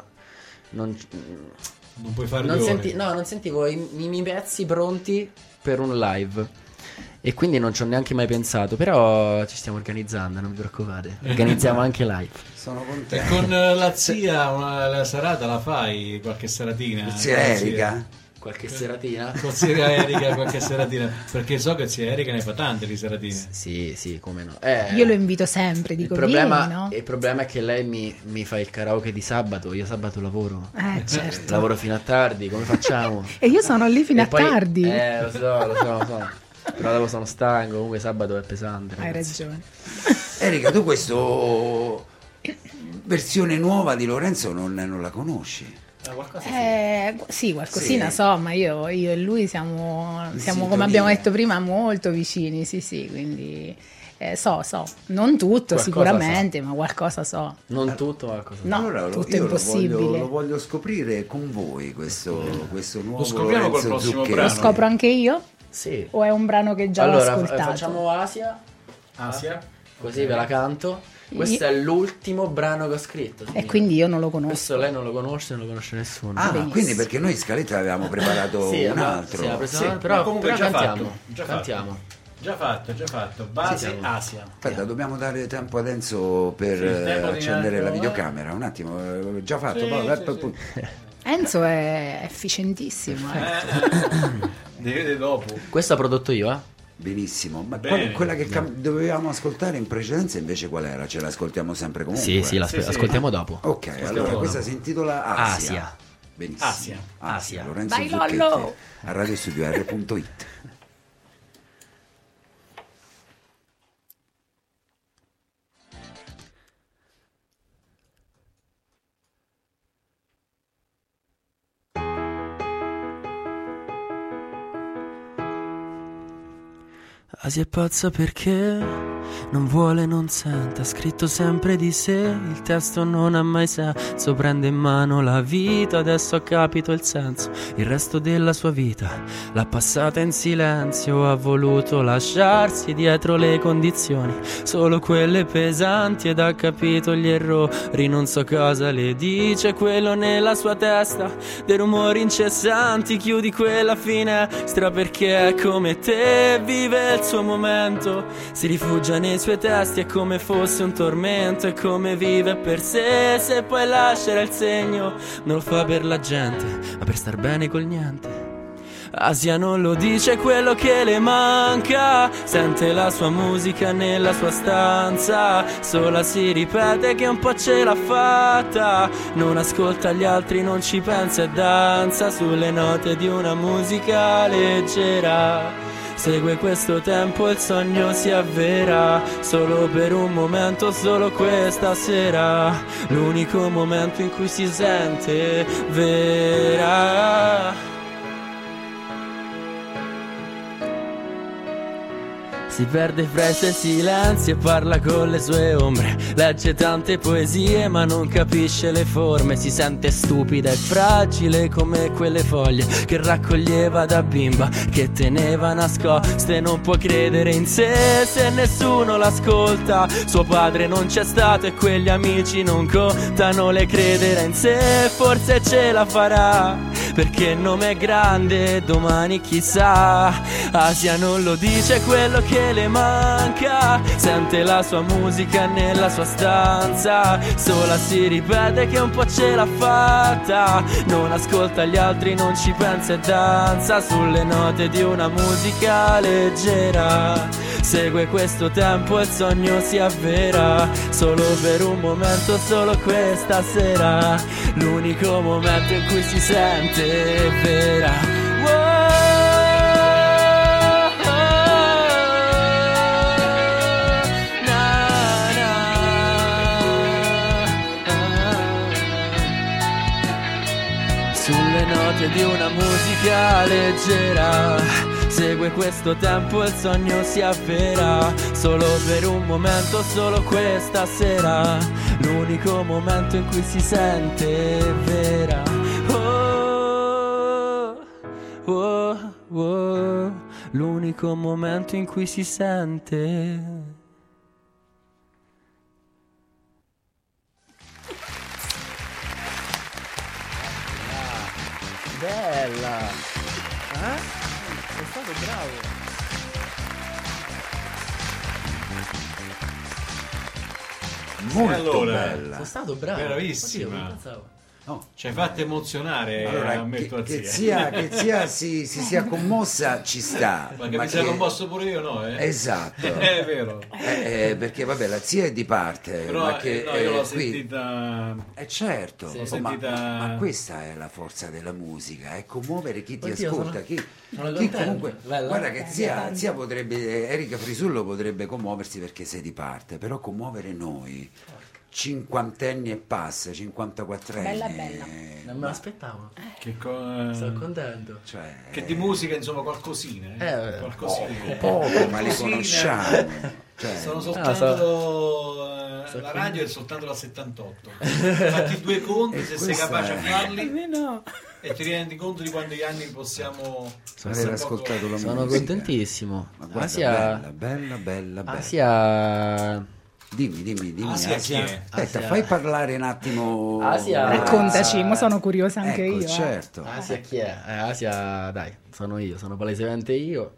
puoi fare non sentivo i miei pezzi pronti per un live. E quindi non ci ho neanche mai pensato. Però ci stiamo organizzando, non vi preoccupate. Organizziamo anche live. Sono contento. E con la zia la serata la fai? Qualche seratina? Zia Erika? Qualche seratina? Con zia Erika qualche seratina? Perché so che zia Erika ne fa tante di seratine. Sì, come no. Io lo invito sempre, dico no? Il problema è che lei mi fa il karaoke di sabato. Io sabato lavoro. Certo. Lavoro fino a tardi, come facciamo? E io sono lì fino a tardi. Lo so. Però dopo sono stanco, comunque sabato è pesante. Hai ragione. Erika, tu questa versione nuova di Lorenzo non la conosci? Sì, qualcosina so, ma io e lui siamo come abbiamo detto prima, molto vicini, sì, quindi so, non tutto qualcosa sicuramente, ma qualcosa so. Non tutto, qualcosa so. No, allora, tutto è impossibile. Lo voglio scoprire con voi, questo nuovo lo scopriamo Lorenzo col prossimo Zucchetti. Lo scopro anche io? Sì. O è un brano che già l'ho ascoltato? Facciamo Asia, così ve la canto. Questo è l'ultimo brano che ho scritto. E quindi io non lo conosco. Questo lei non lo conosce, non lo conosce nessuno. Benissimo. Quindi perché noi in scaletta avevamo preparato un altro. Però comunque cantiamo. Già fatto. Base Asia. Aspetta, dobbiamo dare tempo ad Enzo per accendere la videocamera. Un attimo, già fatto. Enzo è efficientissimo. Vede dopo. Questo ho prodotto io, Benissimo, ma quella che dovevamo ascoltare in precedenza invece qual era? Ce l'ascoltiamo sempre comunque? Sì, ascoltiamo dopo. Ok, allora questa si intitola Asia. Benissimo. Asia. Lorenzo Vai, Zucchetti Lollo! a radiostudio.it. Asia è pazza perché non vuole, non sente, ha scritto sempre di sé, il testo non ha mai senso, prende in mano la vita, adesso ha capito il senso, il resto della sua vita l'ha passata in silenzio, ha voluto lasciarsi dietro le condizioni, solo quelle pesanti, ed ha capito gli errori, non so cosa le dice quello nella sua testa, dei rumori incessanti, chiudi quella finestra perché è come te, vive il suo momento, si rifugia nei suoi testi, è come fosse un tormento, è come vive per sé, se poi lascerà il segno, non lo fa per la gente, ma per star bene col niente. Asia non lo dice quello che le manca, sente la sua musica nella sua stanza, sola si ripete che un po' ce l'ha fatta, non ascolta gli altri, non ci pensa e danza sulle note di una musica leggera. Segue questo tempo, il sogno si avvera, solo per un momento, solo questa sera, l'unico momento in cui si sente vera. Si perde fra i suoi silenzi e parla con le sue ombre, legge tante poesie ma non capisce le forme, si sente stupida e fragile come quelle foglie che raccoglieva da bimba, che teneva nascoste, non può credere in sé se nessuno l'ascolta, suo padre non c'è stato e quegli amici non contano, le crederà in sé, forse ce la farà, perché il nome è grande, domani chissà. Asia non lo dice quello che le manca, sente la sua musica nella sua stanza, sola si ripete che un po' ce l'ha fatta, non ascolta gli altri, non ci pensa e danza sulle note di una musica leggera. Segue questo tempo e il sogno si avvera, solo per un momento, solo questa sera, l'unico momento in cui si sente vera. Sulle note di una musica leggera, segue questo tempo e il sogno si avvera, solo per un momento, solo questa sera, l'unico momento in cui si sente vera. Oh, oh, oh, l'unico momento in cui si sente. Bella! Sei stato bravo! Molto allora, bella. Sei stato bravo! Bravissima. Oddio, non pensavo. No. Ci hai fatto emozionare, Allora, ammetto a che zia. zia si sia commossa ci sta. Ma che mi sia commosso pure io, no? Esatto. È vero. Perché vabbè, la zia è di parte, Però ma che no, io l'ho qui sentita. certo, L'ho ma, sentita. ma questa è la forza della musica, è commuovere chi ti Oddio, ascolta, sono chi contento. comunque Bella. guarda che zia potrebbe, Erika Frisullo potrebbe commuoversi perché sei di parte, però commuovere noi cinquantenni e passa, 54 anni. Bella, bella. Non me l'aspettavo. Sono Sono contento. Cioè, Che di musica, insomma, qualcosina. Qualcosina. poco, ma li conosciamo. Cioè, Sono soltanto la radio è soltanto dal 78. Fatti due conti se sei questa capace a è- farli No. e ti rendi conto di quanti anni possiamo aver ascoltato la Sono musica. contentissimo. Ma guarda, Asia... bella. Asia... Dimmi. Asia chi è? Aspetta, Asia- fai parlare un attimo. Asia- Raccontaci, mo sono curiosa anche Ecco, io. certo. Asia chi è? Asia, dai, sono io, sono palesemente io.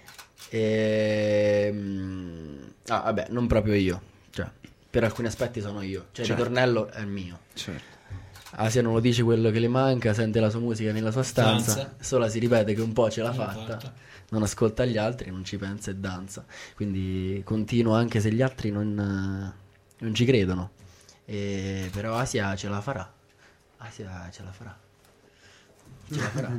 Vabbè, non proprio io. Cioè, per alcuni aspetti sono io. Cioè, Certo. il ritornello è il mio. Certo. Asia non lo dice quello che le manca, sente la sua musica nella sua stanza, Stanza. sola si ripete che un po' ce l'ha Ce l'ha fatta, fatta. non ascolta gli altri, non ci pensa e danza. Quindi continuo anche se gli altri non ci credono. Però Asia ce la farà. Asia ce la farà. Ce la farà.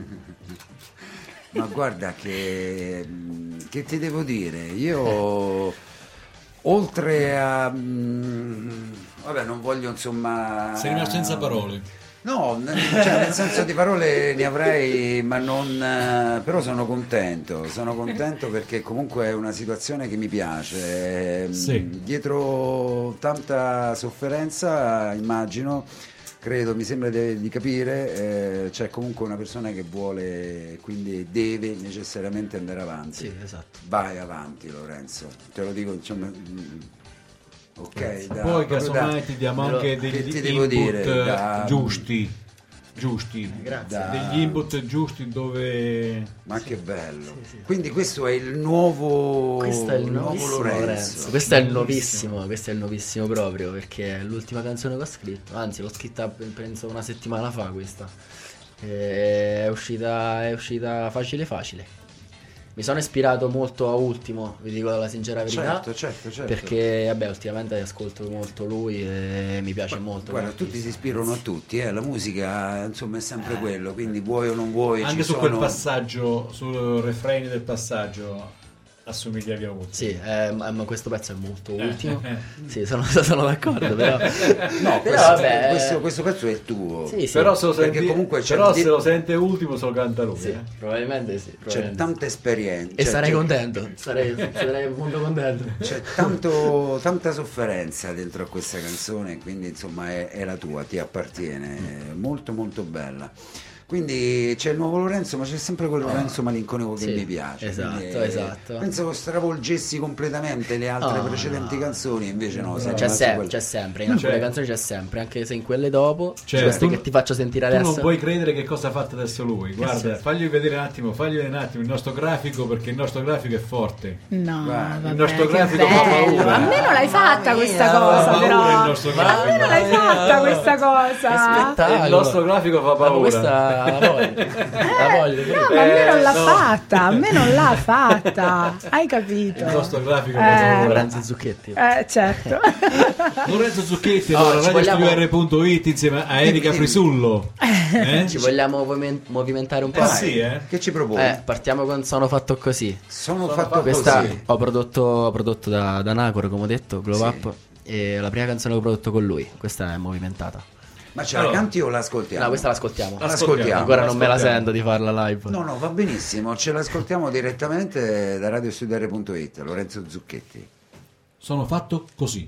Ma guarda che ti devo dire, io oltre a vabbè, non voglio insomma Sei rimasto senza parole. no, cioè, nel senso di parole ne avrei, ma non però sono contento perché comunque è una situazione che mi piace. Sì. Dietro tanta sofferenza, immagino, credo, mi sembra di capire, c'è comunque una persona che vuole, quindi deve necessariamente andare avanti. Sì, esatto. Vai avanti, Lorenzo, te lo dico, insomma. Ok, dai, Poi proprio casomai ti diamo anche che degli ti devo input dire, giusti, Grazie. degli input giusti dove ma che bello. sì. Quindi questo è il nuovo, Questo è il nuovo nuovissimo Lorenzo. Questo è il nuovissimo proprio, perché è l'ultima canzone che ho scritto. Anzi, l'ho scritta penso una settimana fa questa. È uscita facile. Mi sono ispirato molto a Ultimo, vi dico la sincera verità. Certo. Perché vabbè, ultimamente ascolto molto lui e mi piace molto. Guarda, tutti si ispirano a tutti, la musica insomma è sempre quello, quindi vuoi o non vuoi anche ci su quel sono... passaggio, sul refrain del passaggio assomigliavi a Ultimo. Sì, ma questo pezzo è molto ultimo. Sì, sono d'accordo, però. No, Però vabbè. questo pezzo è il tuo. Sì, Però se lo perché senti, comunque c'è però di- se lo sente Ultimo se lo canta lui. Sì, probabilmente sì. C'è probabilmente. tanta esperienza. E cioè, sarei c'è- contento, sarei molto contento. C'è tanta sofferenza dentro a questa canzone, quindi insomma è la tua, ti appartiene, è molto molto bella. Quindi c'è il nuovo Lorenzo, ma c'è sempre quel Lorenzo malinconico che mi piace. Esatto. Penso stravolgessi completamente le altre precedenti canzoni, invece no. C'è sempre, in alcune canzoni c'è sempre, anche se in quelle dopo, queste che ti faccio sentire adesso. Tu non puoi credere che cosa ha fatto adesso lui. Guarda, fagli vedere un attimo il nostro grafico, perché il nostro grafico è forte. No, vabbè, il nostro grafico fa paura. A me non l'hai fatta questa cosa, però. A me non l'hai fatta questa cosa. Il nostro grafico fa paura. La voglio. No, ma a me non l'ha fatta. A me non l'ha fatta. Hai capito? Il nostro grafico Lorenzo Zucchetti. Certo. Lorenzo Zucchetti, allora radiostudio.it insieme a Erika Frisullo. Ci vogliamo movimentare un po'? Sì, Che ci proponi? Partiamo con Sono fatto così. Questa ho prodotto da Nacor, come ho detto, Glow Up, e la prima canzone che ho prodotto con lui. Questa è movimentata. Ma ce la canti o l'ascoltiamo? No, questa l'ascoltiamo. Ancora non me la sento di farla live. No, va benissimo. Ce l'ascoltiamo direttamente da radiostudio.it. Lorenzo Zucchetti. Sono fatto così.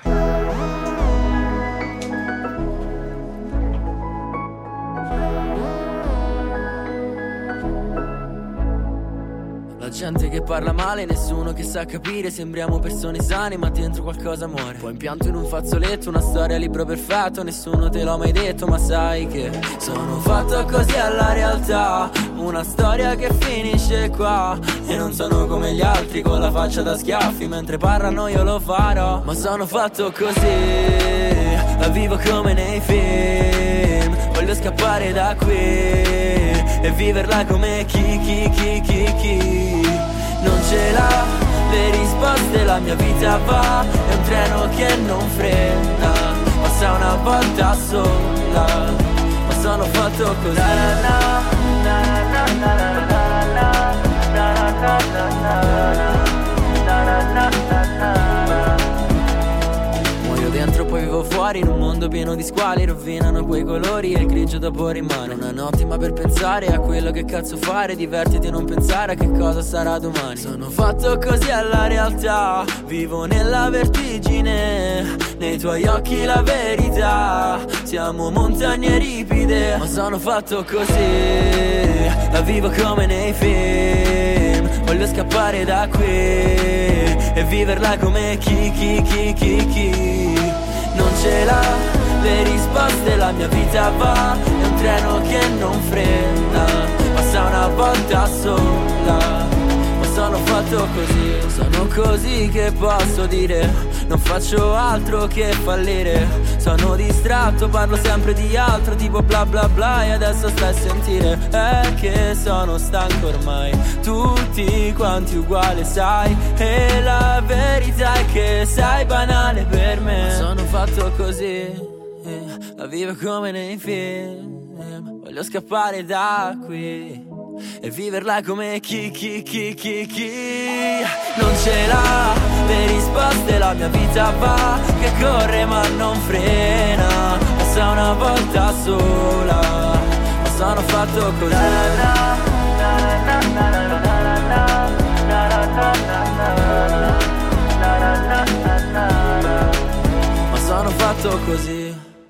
La gente che parla male, nessuno che sa capire. Sembriamo persone sane ma dentro qualcosa muore. Poi impianto in un fazzoletto una storia libro perfetto. Nessuno te l'ha mai detto ma sai che sono fatto così alla realtà. Una storia che finisce qua. E non sono come gli altri con la faccia da schiaffi. Mentre parlano io lo farò. Ma sono fatto così, la vivo come nei film. Voglio scappare da qui e viverla come chi non ce l'ha le risposte, la mia vita va, è un treno che non frena, passa una volta sola, ma sono fatto così. Muoio dentro poi vivo fuori, in un mondo pieno di squali, rovinano quei colori e il grigio dopo rimane. Non è un'ottima per pensare a quello che cazzo fare, divertiti a non pensare a che cosa sarà domani. Sono fatto così alla realtà, vivo nella vertigine, nei tuoi occhi la verità, siamo montagne ripide, ma sono fatto così, la vivo come nei film, voglio scappare da qui e viverla come chi non ce l'ha le risposte, la mia vita va, è un treno che non frena, passa una volta sola, ma sono fatto così, sono così che posso dire, non faccio altro che fallire, sono distratto, parlo sempre di altro tipo bla bla bla e adesso stai a sentire, è che sono stanco ormai, tutti quanti uguali sai, e la verità è che sei banale per me, ma sono fatto così, la vivo come nei film, voglio scappare da qui e viverla come chi non ce l'ha le risposte, la mia vita va, che corre ma non frena, passa una volta sola, ma sono fatto così. Ma sono fatto così.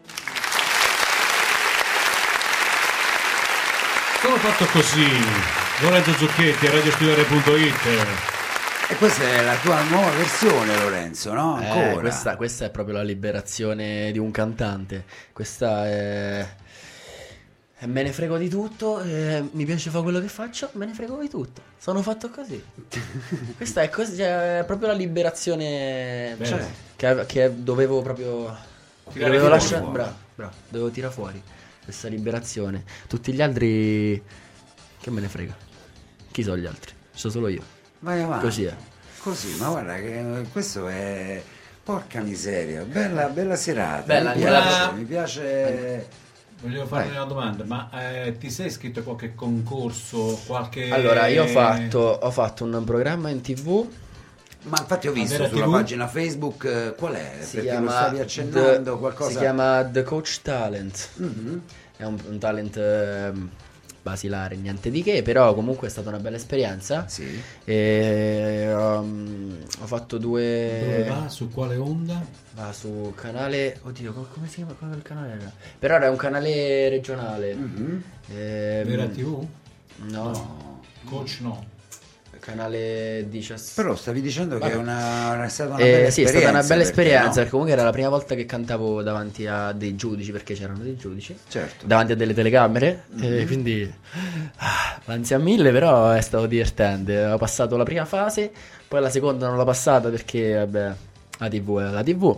Sono fatto così. Lorenzo Zucchetti a radiostudio.it. E questa è la tua nuova versione, Lorenzo, no? Ancora. Questa è proprio la liberazione di un cantante. Questa è me ne frego di tutto, mi piace fare quello che faccio, me ne frego di tutto. Sono fatto così. Questa è così, è proprio la liberazione, che dovevo proprio lasciare. Bravo, dovevo tirare fuori questa liberazione. Tutti gli altri, che me ne frega. Chi sono gli altri? Sono solo io. Vai avanti. Così è. Così, ma guarda che questo è, porca miseria, bella serata. Bella, mi piace. Volevo farti una domanda, ma ti sei iscritto a qualche concorso, qualche... Allora, io ho fatto un programma in TV. Ma infatti ho visto sulla pagina Facebook, qual è? Perché lo stavi accennando qualcosa. Si chiama The Coach Talent. Mm-hmm. È un talent basilare, niente di che, però comunque è stata una bella esperienza. Sì. Ho fatto due... Dove va? Su quale onda? Va su canale... Oddio, come si chiama quel canale era? Però era un canale regionale. Vera TV? No. Coach no. Canale 17. Però stavi dicendo che è stata una bella esperienza. Sì, è stata una bella esperienza, no? perché comunque era la prima volta che cantavo davanti a dei giudici, perché c'erano dei giudici, certo, davanti a delle telecamere, quindi l'ansia a mille, però è stato divertente. Ho passato la prima fase, poi la seconda non l'ho passata perché vabbè, la TV è la TV.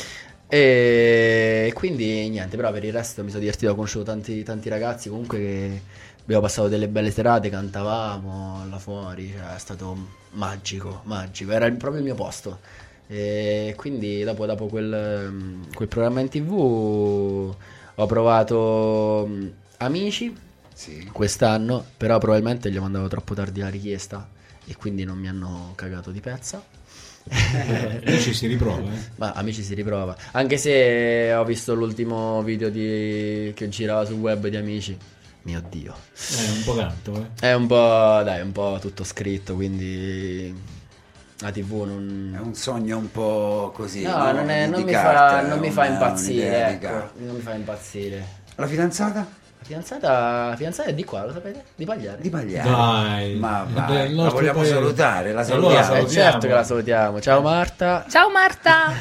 E quindi niente, però per il resto mi sono divertito, ho conosciuto tanti ragazzi comunque che abbiamo passato delle belle serate, cantavamo là fuori, cioè è stato magico, era proprio il mio posto. E quindi dopo quel programma in TV ho provato Amici, sì, quest'anno, però probabilmente gli ho mandato troppo tardi la richiesta e quindi non mi hanno cagato di pezza. Amici si riprova, Ma Amici si riprova, anche se ho visto l'ultimo video che girava sul web di Amici. Mio Dio, è un po' tanto, È un po', dai, un po' tutto scritto, quindi la TV non... È un sogno un po' così. No, non mi fa impazzire, ecco, non mi fa impazzire. La fidanzata? La fidanzata è di qua, lo sapete? Di Pagliare. Di Pagliare. Dai, ma vai, la vogliamo salutare, la salutiamo. salutiamo. Certo che la salutiamo. Ciao Marta. Ciao Marta.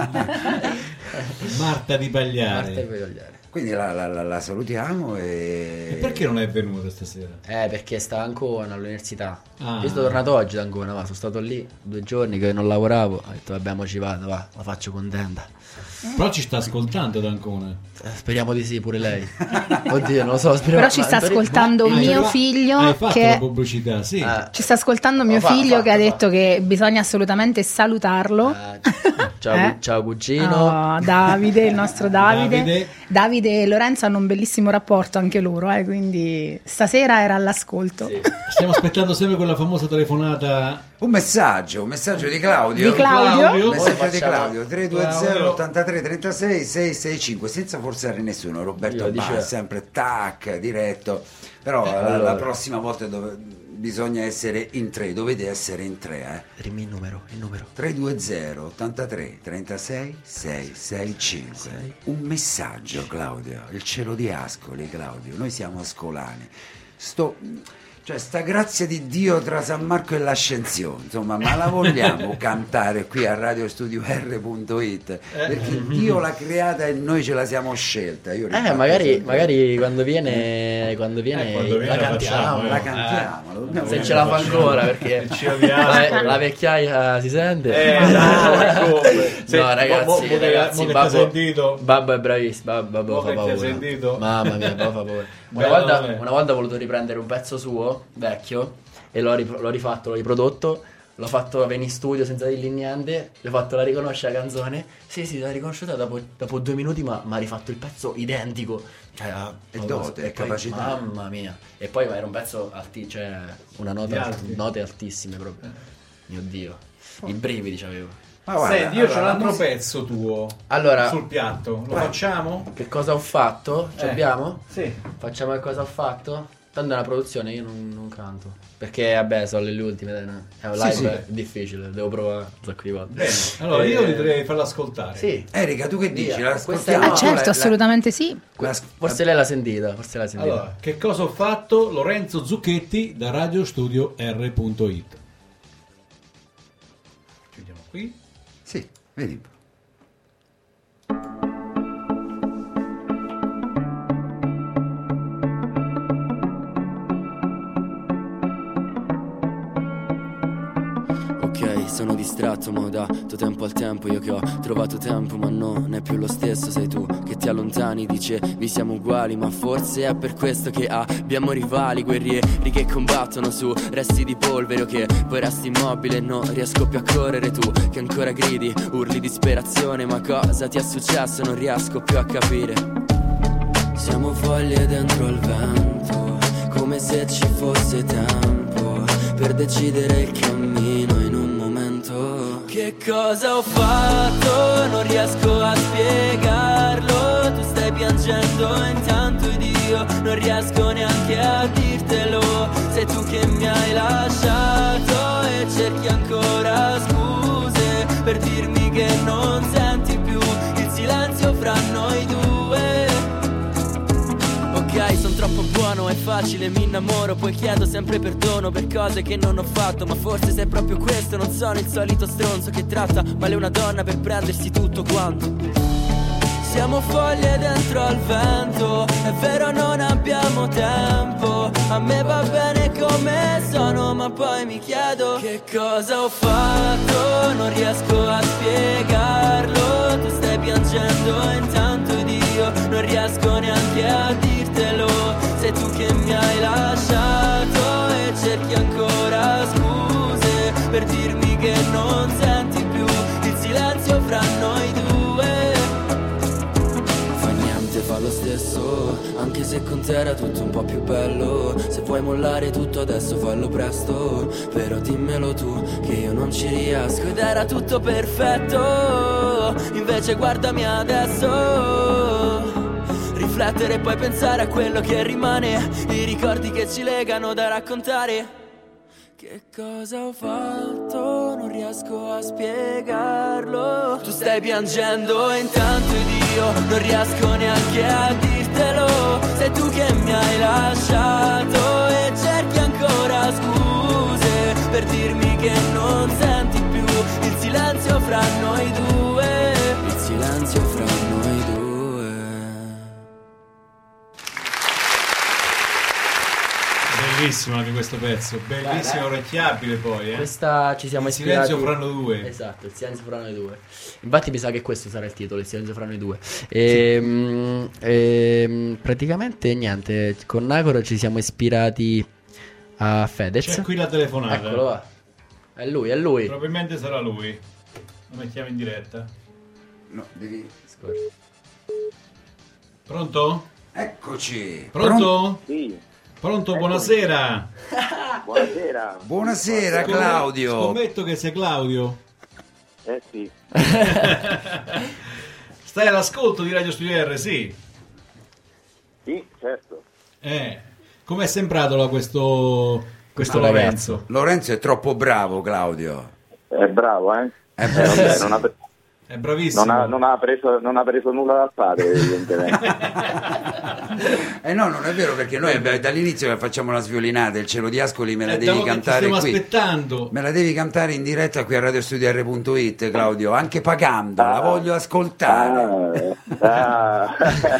Marta di Pagliare. Marta di Pagliare. Quindi la salutiamo e perché non è venuta stasera? Perché sta a Ancona all'università. Io sono tornato oggi da Ancona, sono stato lì 2 giorni che non lavoravo, ho detto vabbè, mo ci vado, la faccio contenta. Però ci sta ascoltando da Ancona. Speriamo di sì, pure lei. Oddio, non lo so, speriamo. Però ci sta ascoltando mio figlio. Hai fatto che la pubblicità, sì. Ci sta ascoltando mio figlio che ha detto che bisogna assolutamente salutarlo. Ciao cugino. Davide, il nostro Davide. Davide e Lorenzo hanno un bellissimo rapporto anche loro, quindi stasera era all'ascolto. Sì. Stiamo aspettando sempre quella famosa telefonata. Un messaggio di Claudio. Di Claudio? Un messaggio di Claudio 320 83 36 665, senza forzare nessuno. Roberto Ba, sempre tac, diretto. Però la prossima volta bisogna essere in 3, dovete essere in 3, Dimmi il numero. 320 83 36 665. Un messaggio, Claudio, il cielo di Ascoli, Claudio. Noi siamo ascolani. Cioè, sta grazia di Dio tra San Marco e l'Ascensione, insomma, ma la vogliamo cantare qui a radiostudio.r.it? Perché Dio l'ha creata e noi ce la siamo scelta. Io magari quando viene la cantiamo. La cantiamo. Se ce la fa ancora, perché la vecchiaia si sente. No, ragazzi, Babbo è bravissimo, Babbo fa paura. Mamma mia, Babbo fa paura. Una volta ho voluto riprendere un pezzo suo, vecchio, e l'ho rifatto, l'ho riprodotto, l'ho fatto venire in studio senza dirgli niente, gli ho fatto la riconoscere la canzone, sì, l'ha riconosciuta dopo 2 minuti, ma ha rifatto il pezzo identico. Cioè, è dote, è capacità. Mamma mia. E poi era un pezzo cioè una note altissime proprio. Mio Dio, i brividi c'avevo. Senti, io c'ho un altro pezzo tuo sul piatto. Lo facciamo? Che cosa ho fatto? Ci abbiamo? Sì. Facciamo che cosa ho fatto? Tanto è una produzione, io non canto. Perché vabbè, sono le ultime, è un live, è difficile, devo provare un sacco di volte. Bene, allora io direi farlo ascoltare. Sì. Erika, tu che dici? Certo, assolutamente sì. Forse lei l'ha sentita, Allora, che cosa ho fatto? Lorenzo Zucchetti da radiostudio.r.it. Chiudiamo qui. Sì, vedi. Ok, sono distratto, ma da tuo tempo al tempo. Io che ho trovato tempo, ma non è più lo stesso. Sei tu che ti allontani, dicevi siamo uguali, ma forse è per questo che abbiamo rivali, guerrieri che combattono su resti di polvere. O che poi resti immobile e non riesco più a correre. Tu che ancora gridi, urli disperazione, ma cosa ti è successo? Non riesco più a capire. Siamo foglie dentro il vento, come se ci fosse tempo per decidere il cammino in un momento. Che cosa ho fatto? Non riesco a spiegarlo. Tu stai piangendo intanto ed io non riesco neanche a che non senti più il silenzio fra noi due. Ok, sono troppo buono, è facile, mi innamoro, poi chiedo sempre perdono per cose che non ho fatto. Ma forse se è proprio questo, non sono il solito stronzo che tratta male una donna per prendersi tutto quanto. Siamo foglie dentro al vento, è vero non abbiamo tempo. A me va bene come sono, ma poi mi chiedo che cosa ho fatto, non riesco a spiegarlo. Tu stai piangendo intanto ed io non riesco neanche a dirtelo. Sei tu che mi hai lasciato e cerchi ancora scuse per dirmi che non senti più il silenzio fra noi due. Fa lo stesso, anche se con te era tutto un po' più bello. Se vuoi mollare tutto adesso fallo presto, però dimmelo tu che io non ci riesco ed era tutto perfetto. Invece guardami adesso, riflettere e poi pensare a quello che rimane, i ricordi che ci legano da raccontare. Che cosa ho fatto? Non riesco a spiegarlo. Tu stai piangendo intanto ed io non riesco neanche a dirtelo. Sei tu che mi hai lasciato e cerchi ancora scuse per dirmi che non senti più il silenzio fra noi due. Il silenzio fra noi due. Bellissimo anche questo pezzo, bellissimo, orecchiabile poi. Questa ci siamo ispirati. Il silenzio fra noi due. Esatto, il silenzio fra noi due. Infatti mi sa che questo sarà il titolo, il silenzio fra noi due. Praticamente niente, con Nagoro ci siamo ispirati a Fedez. C'è qui la telefonata. Eccolo va. È lui, è lui. Probabilmente sarà lui. Lo mettiamo in diretta. No, devi... Scorri. Pronto? Eccoci. Pronto? Sì. Pronto, buonasera. Buonasera. Buonasera Claudio. Scommetto che sei Claudio. Sì. Stai all'ascolto di Radio Studio R, sì? Sì, certo. Com'è sembrato questo ragazzo? Lorenzo è troppo bravo, Claudio. È bravo, eh? Vabbè, è bravissimo. Non ha preso nulla dal padre, evidentemente. No, non è vero, perché noi dall'inizio che facciamo la sviolinata, il cielo di Ascoli me la devi cantare qui. Aspettando. Me la devi cantare in diretta qui a radiostudio.it, Claudio, anche pagando, la voglio ascoltare. La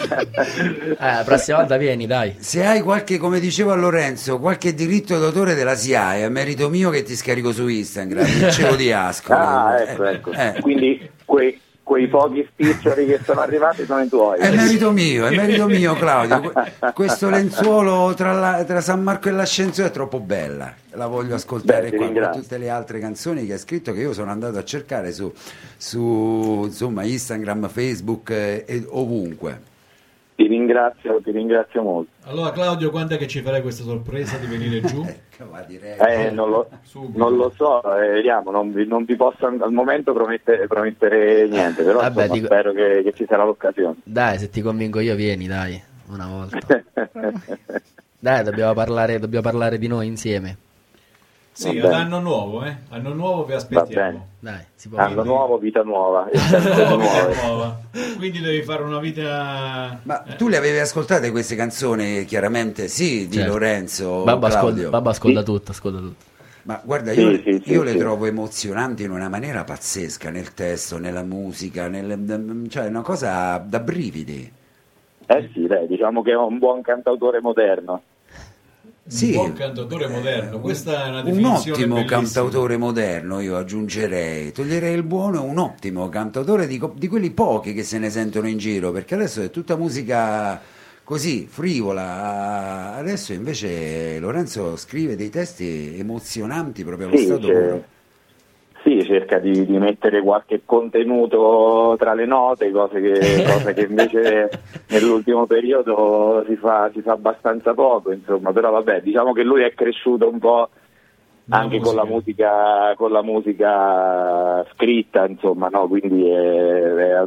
prossima volta vieni, dai. Se hai qualche, come dicevo a Lorenzo, qualche diritto d'autore della SIAE, è merito mio che ti scarico su Instagram, il cielo di Ascoli. Ecco. Quindi quei pochi spiccioli che sono arrivati sono i tuoi. È merito mio, Claudio. Questo lenzuolo tra San Marco e l'Ascenso è troppo bella. La voglio ascoltare qua con tutte le altre canzoni che ha scritto, che io sono andato a cercare su insomma Instagram, Facebook e ovunque. Ti ringrazio molto. Allora Claudio, quando è che ci farai questa sorpresa di venire giù? Non lo so, vediamo, non vi posso al momento promettere niente, però spero che ci sarà l'occasione. Dai, se ti convinco io vieni, dai, una volta. Dai, dobbiamo parlare di noi insieme. Sì, ad anno nuovo, Anno nuovo vi aspettiamo. Dai, si può. Anno nuovo, vita nuova. nuova. Quindi devi fare una vita. Ma tu le avevi ascoltate queste canzoni, chiaramente, sì, di Lorenzo. Babbo ascolta tutto. Ma guarda, io le trovo emozionanti in una maniera pazzesca, nel testo, nella musica, cioè è una cosa da brividi. Diciamo che è un buon cantautore moderno. Un buon cantautore moderno, questa è una definizione un ottimo bellissima. cantautore moderno, io aggiungerei, toglierei il buono, un ottimo cantautore di quelli pochi che se ne sentono in giro, perché adesso è tutta musica così frivola. Adesso invece Lorenzo scrive dei testi emozionanti proprio allo stato puro. Sì, cerca di mettere qualche contenuto tra le note, cose che invece nell'ultimo periodo si fa abbastanza poco, insomma. Però vabbè, diciamo che lui è cresciuto un po' anche con la musica scritta, insomma, no? Quindi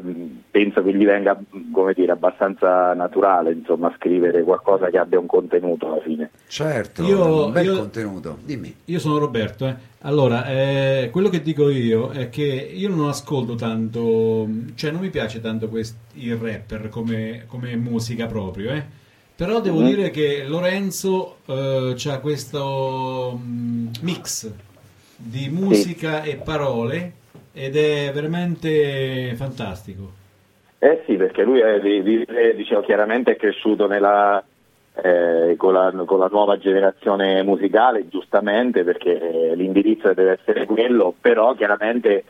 penso che gli venga, come dire, abbastanza naturale, insomma, scrivere qualcosa che abbia un contenuto alla fine. Certo, un bel contenuto. Dimmi. Io sono Roberto. Allora, quello che dico io è che io non ascolto tanto, cioè non mi piace tanto il rapper come musica proprio, però devo dire che Lorenzo c'ha questo mix di musica e parole ed è veramente fantastico. Sì, perché lui diciamo, chiaramente è cresciuto con la nuova generazione musicale, giustamente, perché l'indirizzo deve essere quello, però chiaramente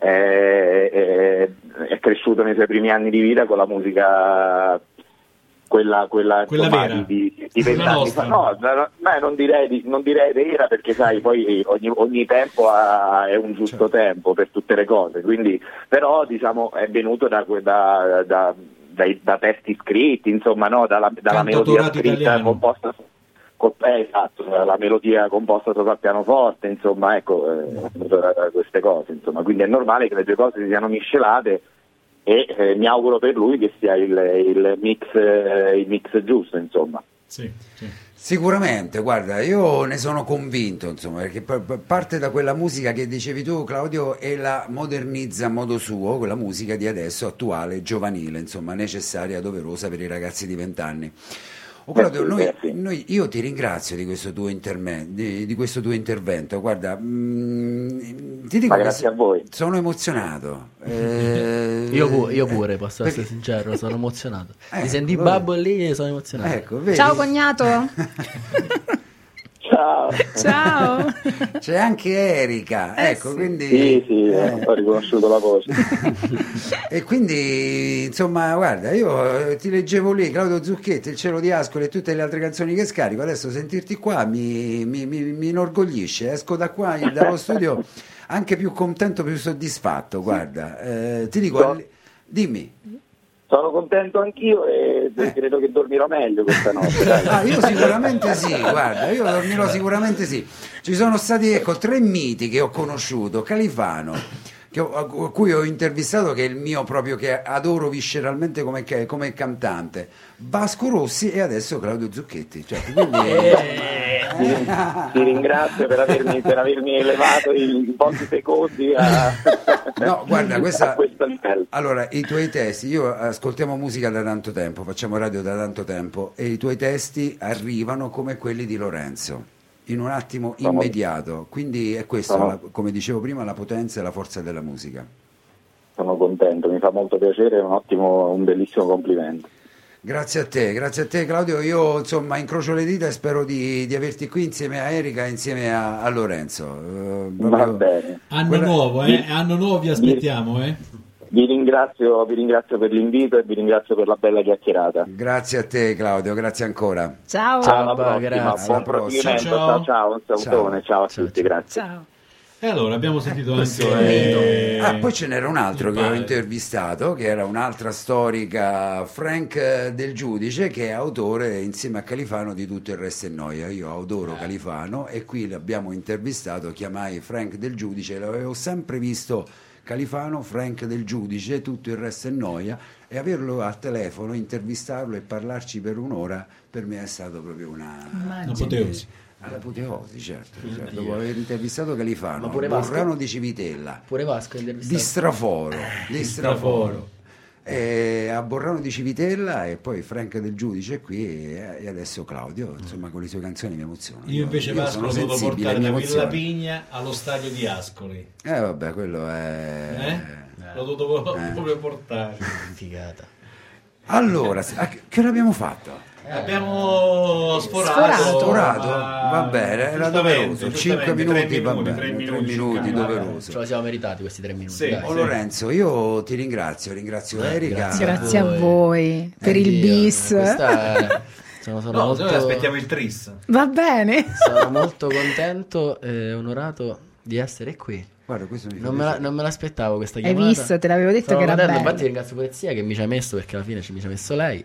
è cresciuto nei suoi primi anni di vita con la musica quella vera, di 20 anni fa. No, non direi vera, perché sai, poi ogni tempo è un giusto tempo per tutte le cose, quindi, però diciamo è venuto da testi scritti, insomma, no, dalla melodia scritta italiano, composta esatto, la melodia composta sopra il pianoforte, insomma, ecco, queste cose, insomma, quindi è normale che le due cose si siano miscelate e mi auguro per lui che sia il mix giusto, insomma. Sì. Sicuramente, guarda, io ne sono convinto, insomma, perché parte da quella musica che dicevi tu, Claudio, e la modernizza a modo suo, quella musica di adesso, attuale, giovanile, insomma, necessaria, doverosa per i ragazzi di 20 anni. Claudio, io ti ringrazio di questo tuo intervento, guarda, ti dico, grazie a voi. Sono emozionato. Io pure, posso essere sincero, sono emozionato. Mi senti babbo lì e sono emozionato. Ecco, vedi? Ciao cognato. Ciao. C'è anche Erika, ecco, sì. Quindi sì, ho riconosciuto la voce. E quindi, insomma, guarda, io ti leggevo lì Claudio Zucchetti, Il cielo di Ascoli e tutte le altre canzoni che scarico. Adesso sentirti qua mi inorgoglisce. Esco da qua, dallo studio, anche più contento, più soddisfatto. Guarda, ti dico, dimmi. Sono contento anch'io e credo che dormirò meglio questa notte. Io sicuramente sì, guarda, io dormirò sicuramente sì. Ci sono stati, 3 miti che ho conosciuto: Califano, a cui ho intervistato, che è il mio proprio, che adoro visceralmente come cantante, Vasco Rossi, e adesso Claudio Zucchetti. Cioè, quindi, ti ringrazio per avermi elevato in pochi secondi no, guarda, a questo livello. Allora, i tuoi testi, io ascoltiamo musica da tanto tempo, facciamo radio da tanto tempo, e i tuoi testi arrivano come quelli di Lorenzo, in un attimo immediato, quindi è questo, come dicevo prima, la potenza e la forza della musica. Sono contento, mi fa molto piacere, un bellissimo complimento. Grazie a te Claudio, io insomma incrocio le dita e spero di averti qui insieme a Erika e insieme a Lorenzo. Va bene. Anno nuovo vi aspettiamo, Vi ringrazio per l'invito e vi ringrazio per la bella chiacchierata. Grazie a te Claudio, grazie ancora. Ciao. Alla prossima, grazie. buon proseguimento. Ciao, un salutone, ciao a tutti, grazie. Ciao. E allora abbiamo sentito anche poi ce n'era un altro che ho intervistato, che era un'altra storica, Frank Del Giudice, che è autore insieme a Califano di Tutto il resto è noia. Io adoro Califano e qui l'abbiamo intervistato, chiamai Frank Del Giudice, l'avevo sempre visto Califano, Frank Del Giudice, Tutto il resto è noia, e averlo al telefono, intervistarlo e parlarci per un'ora, per me è stato proprio un'apoteosi. L'apoteosi, certo. Dopo aver intervistato Califano, pure Borrano di Civitella, pure Vasco di Straforo, a Borrano di Civitella, e poi Frank Del Giudice qui, e adesso Claudio, insomma, con le sue canzoni mi emoziona. Io invece Vasco lo devo portare da Villa Pigna allo stadio di Ascoli. Vabbè, quello è... Lo devo proprio portare. Figata. Allora, che l'abbiamo fatto? Abbiamo sforato. Va bene, era doveroso. 5 minuti, va bene. 3 minuti, doveroso. Ce la siamo meritati questi 3 minuti. Sì. Lorenzo, io ti ringrazio Erika. Grazie a voi per il bis. Noi aspettiamo il tris. Va bene. Sono molto contento e onorato di essere qui. Guarda, questo mi fa non me l'aspettavo questa chiamata. Hai visto? Te l'avevo detto che era bello. Infatti ringrazio Polizia che mi ci ha messo, perché alla fine mi ci ha messo lei.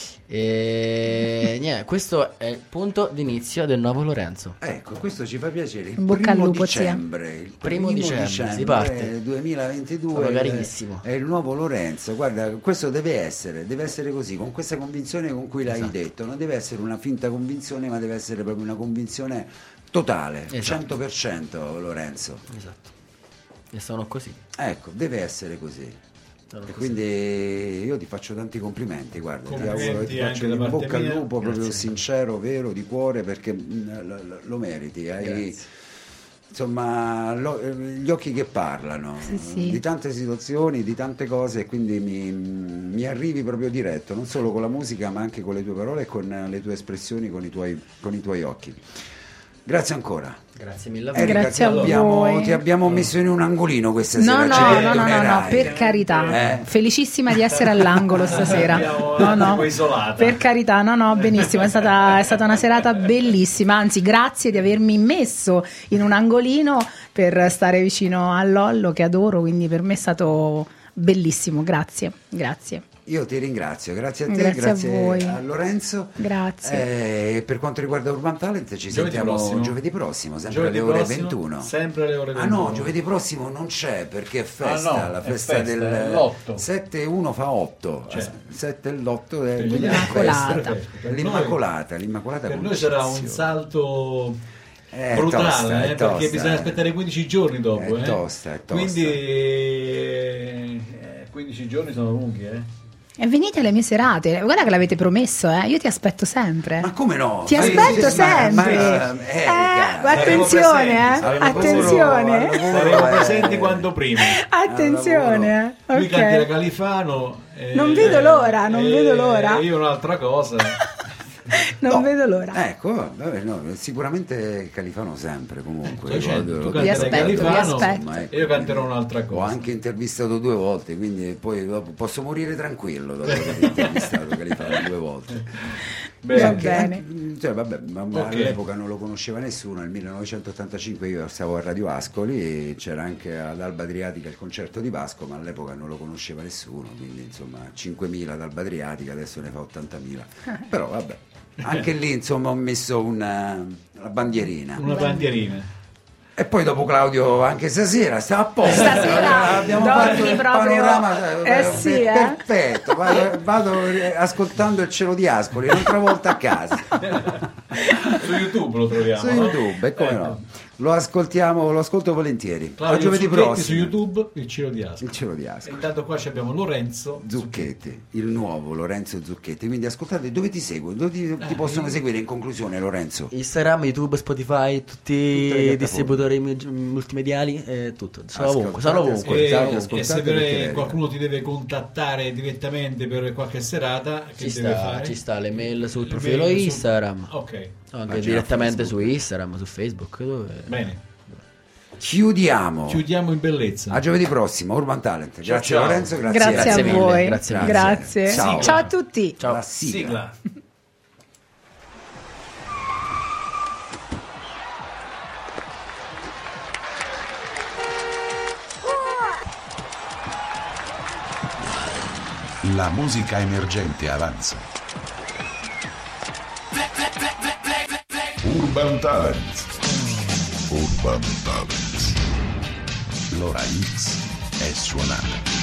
E niente, questo è il punto d'inizio del nuovo Lorenzo. Ecco, questo ci fa piacere. Il Bocca al lupo, dicembre, il primo dicembre si parte 2022 carissimo. È il nuovo Lorenzo. Guarda, questo deve essere così, con questa convinzione con cui l'hai detto. Non deve essere una finta convinzione, ma deve essere proprio una convinzione totale, 100% Lorenzo. Esatto. E sono così. Ecco, deve essere così. E quindi io ti faccio tanti complimenti, guarda, ti auguro, ti faccio in bocca al lupo, proprio sincero, vero, di cuore, perché lo meriti. Hai, insomma, gli occhi che parlano di tante situazioni, di tante cose, e quindi mi arrivi proprio diretto, non solo con la musica, ma anche con le tue parole e con le tue espressioni, con i tuoi occhi. Grazie ancora. Grazie mille. Grazie a voi. Ti abbiamo messo in un angolino questa sera. No, per carità. Felicissima di essere all'angolo stasera. Per carità, benissimo. È stata una serata bellissima. Anzi, grazie di avermi messo in un angolino per stare vicino a Lollo, che adoro. Quindi per me è stato bellissimo. Grazie. Io ti ringrazio, grazie a te, grazie a voi. A Lorenzo. Grazie. Per quanto riguarda Urban Talent ci sentiamo giovedì prossimo, sempre alle ore 21. Sempre alle ore 21. Ah no, giovedì prossimo non c'è perché è festa, la festa del 7 e 1 fa 8. 7 e l'8 è l'Immacolata. Per noi sarà un salto brutale, tosta, perché bisogna aspettare 15 giorni dopo. È tosta. Quindi 15 giorni sono lunghi, E venite alle mie serate, guarda che l'avete promesso, io ti aspetto sempre. Ma come no? Ti aspetto sempre. Attenzione, attenzione. Saremo presenti quanto prima. Attenzione, Lui canterà Califano. Non vedo l'ora. Io un'altra cosa. Non vedo l'ora. Ecco, sicuramente Califano sempre comunque. Tu vi aspetto. Io canterò un'altra cosa. Ho anche intervistato 2 volte, quindi poi dopo posso morire tranquillo dopo aver intervistato Califano 2 volte. Va bene. All'epoca non lo conosceva nessuno. Nel 1985 io stavo a Radio Ascoli e c'era anche ad Alba Adriatica il concerto di Vasco, ma all'epoca non lo conosceva nessuno, quindi insomma 5.000 ad Alba Adriatica, adesso ne fa 80.000. Però vabbè, anche lì insomma ho messo una bandierina. E poi dopo Claudio anche stasera sta a posto. Stasera abbiamo fatto il panorama perfetto. Vado ascoltando il cielo di Ascoli un'altra volta a casa. Su YouTube lo troviamo. Su YouTube, e come no? Lo ascolto volentieri. Claudio, giovedì prossimo su YouTube il cielo di Ascoli. E intanto qua abbiamo Lorenzo Zucchetti, il nuovo Lorenzo Zucchetti. Quindi ascoltate, dove ti seguo? Dove ti possono seguire in conclusione, Lorenzo? Instagram, YouTube, Spotify, tutti i distributori multimediali, tutto. Sono ovunque. E se qualcuno ti deve contattare direttamente per qualche serata, ci sta le mail sul profilo Instagram. Ok. Anche direttamente su Instagram, su Facebook. Bene. Chiudiamo in bellezza. A giovedì prossimo, Urban Talent. Grazie ciao. Lorenzo, grazie a voi. Grazie. Ciao a tutti. Ciao. La sigla. La musica emergente avanza. Urban Talent. L'ora X è suonata.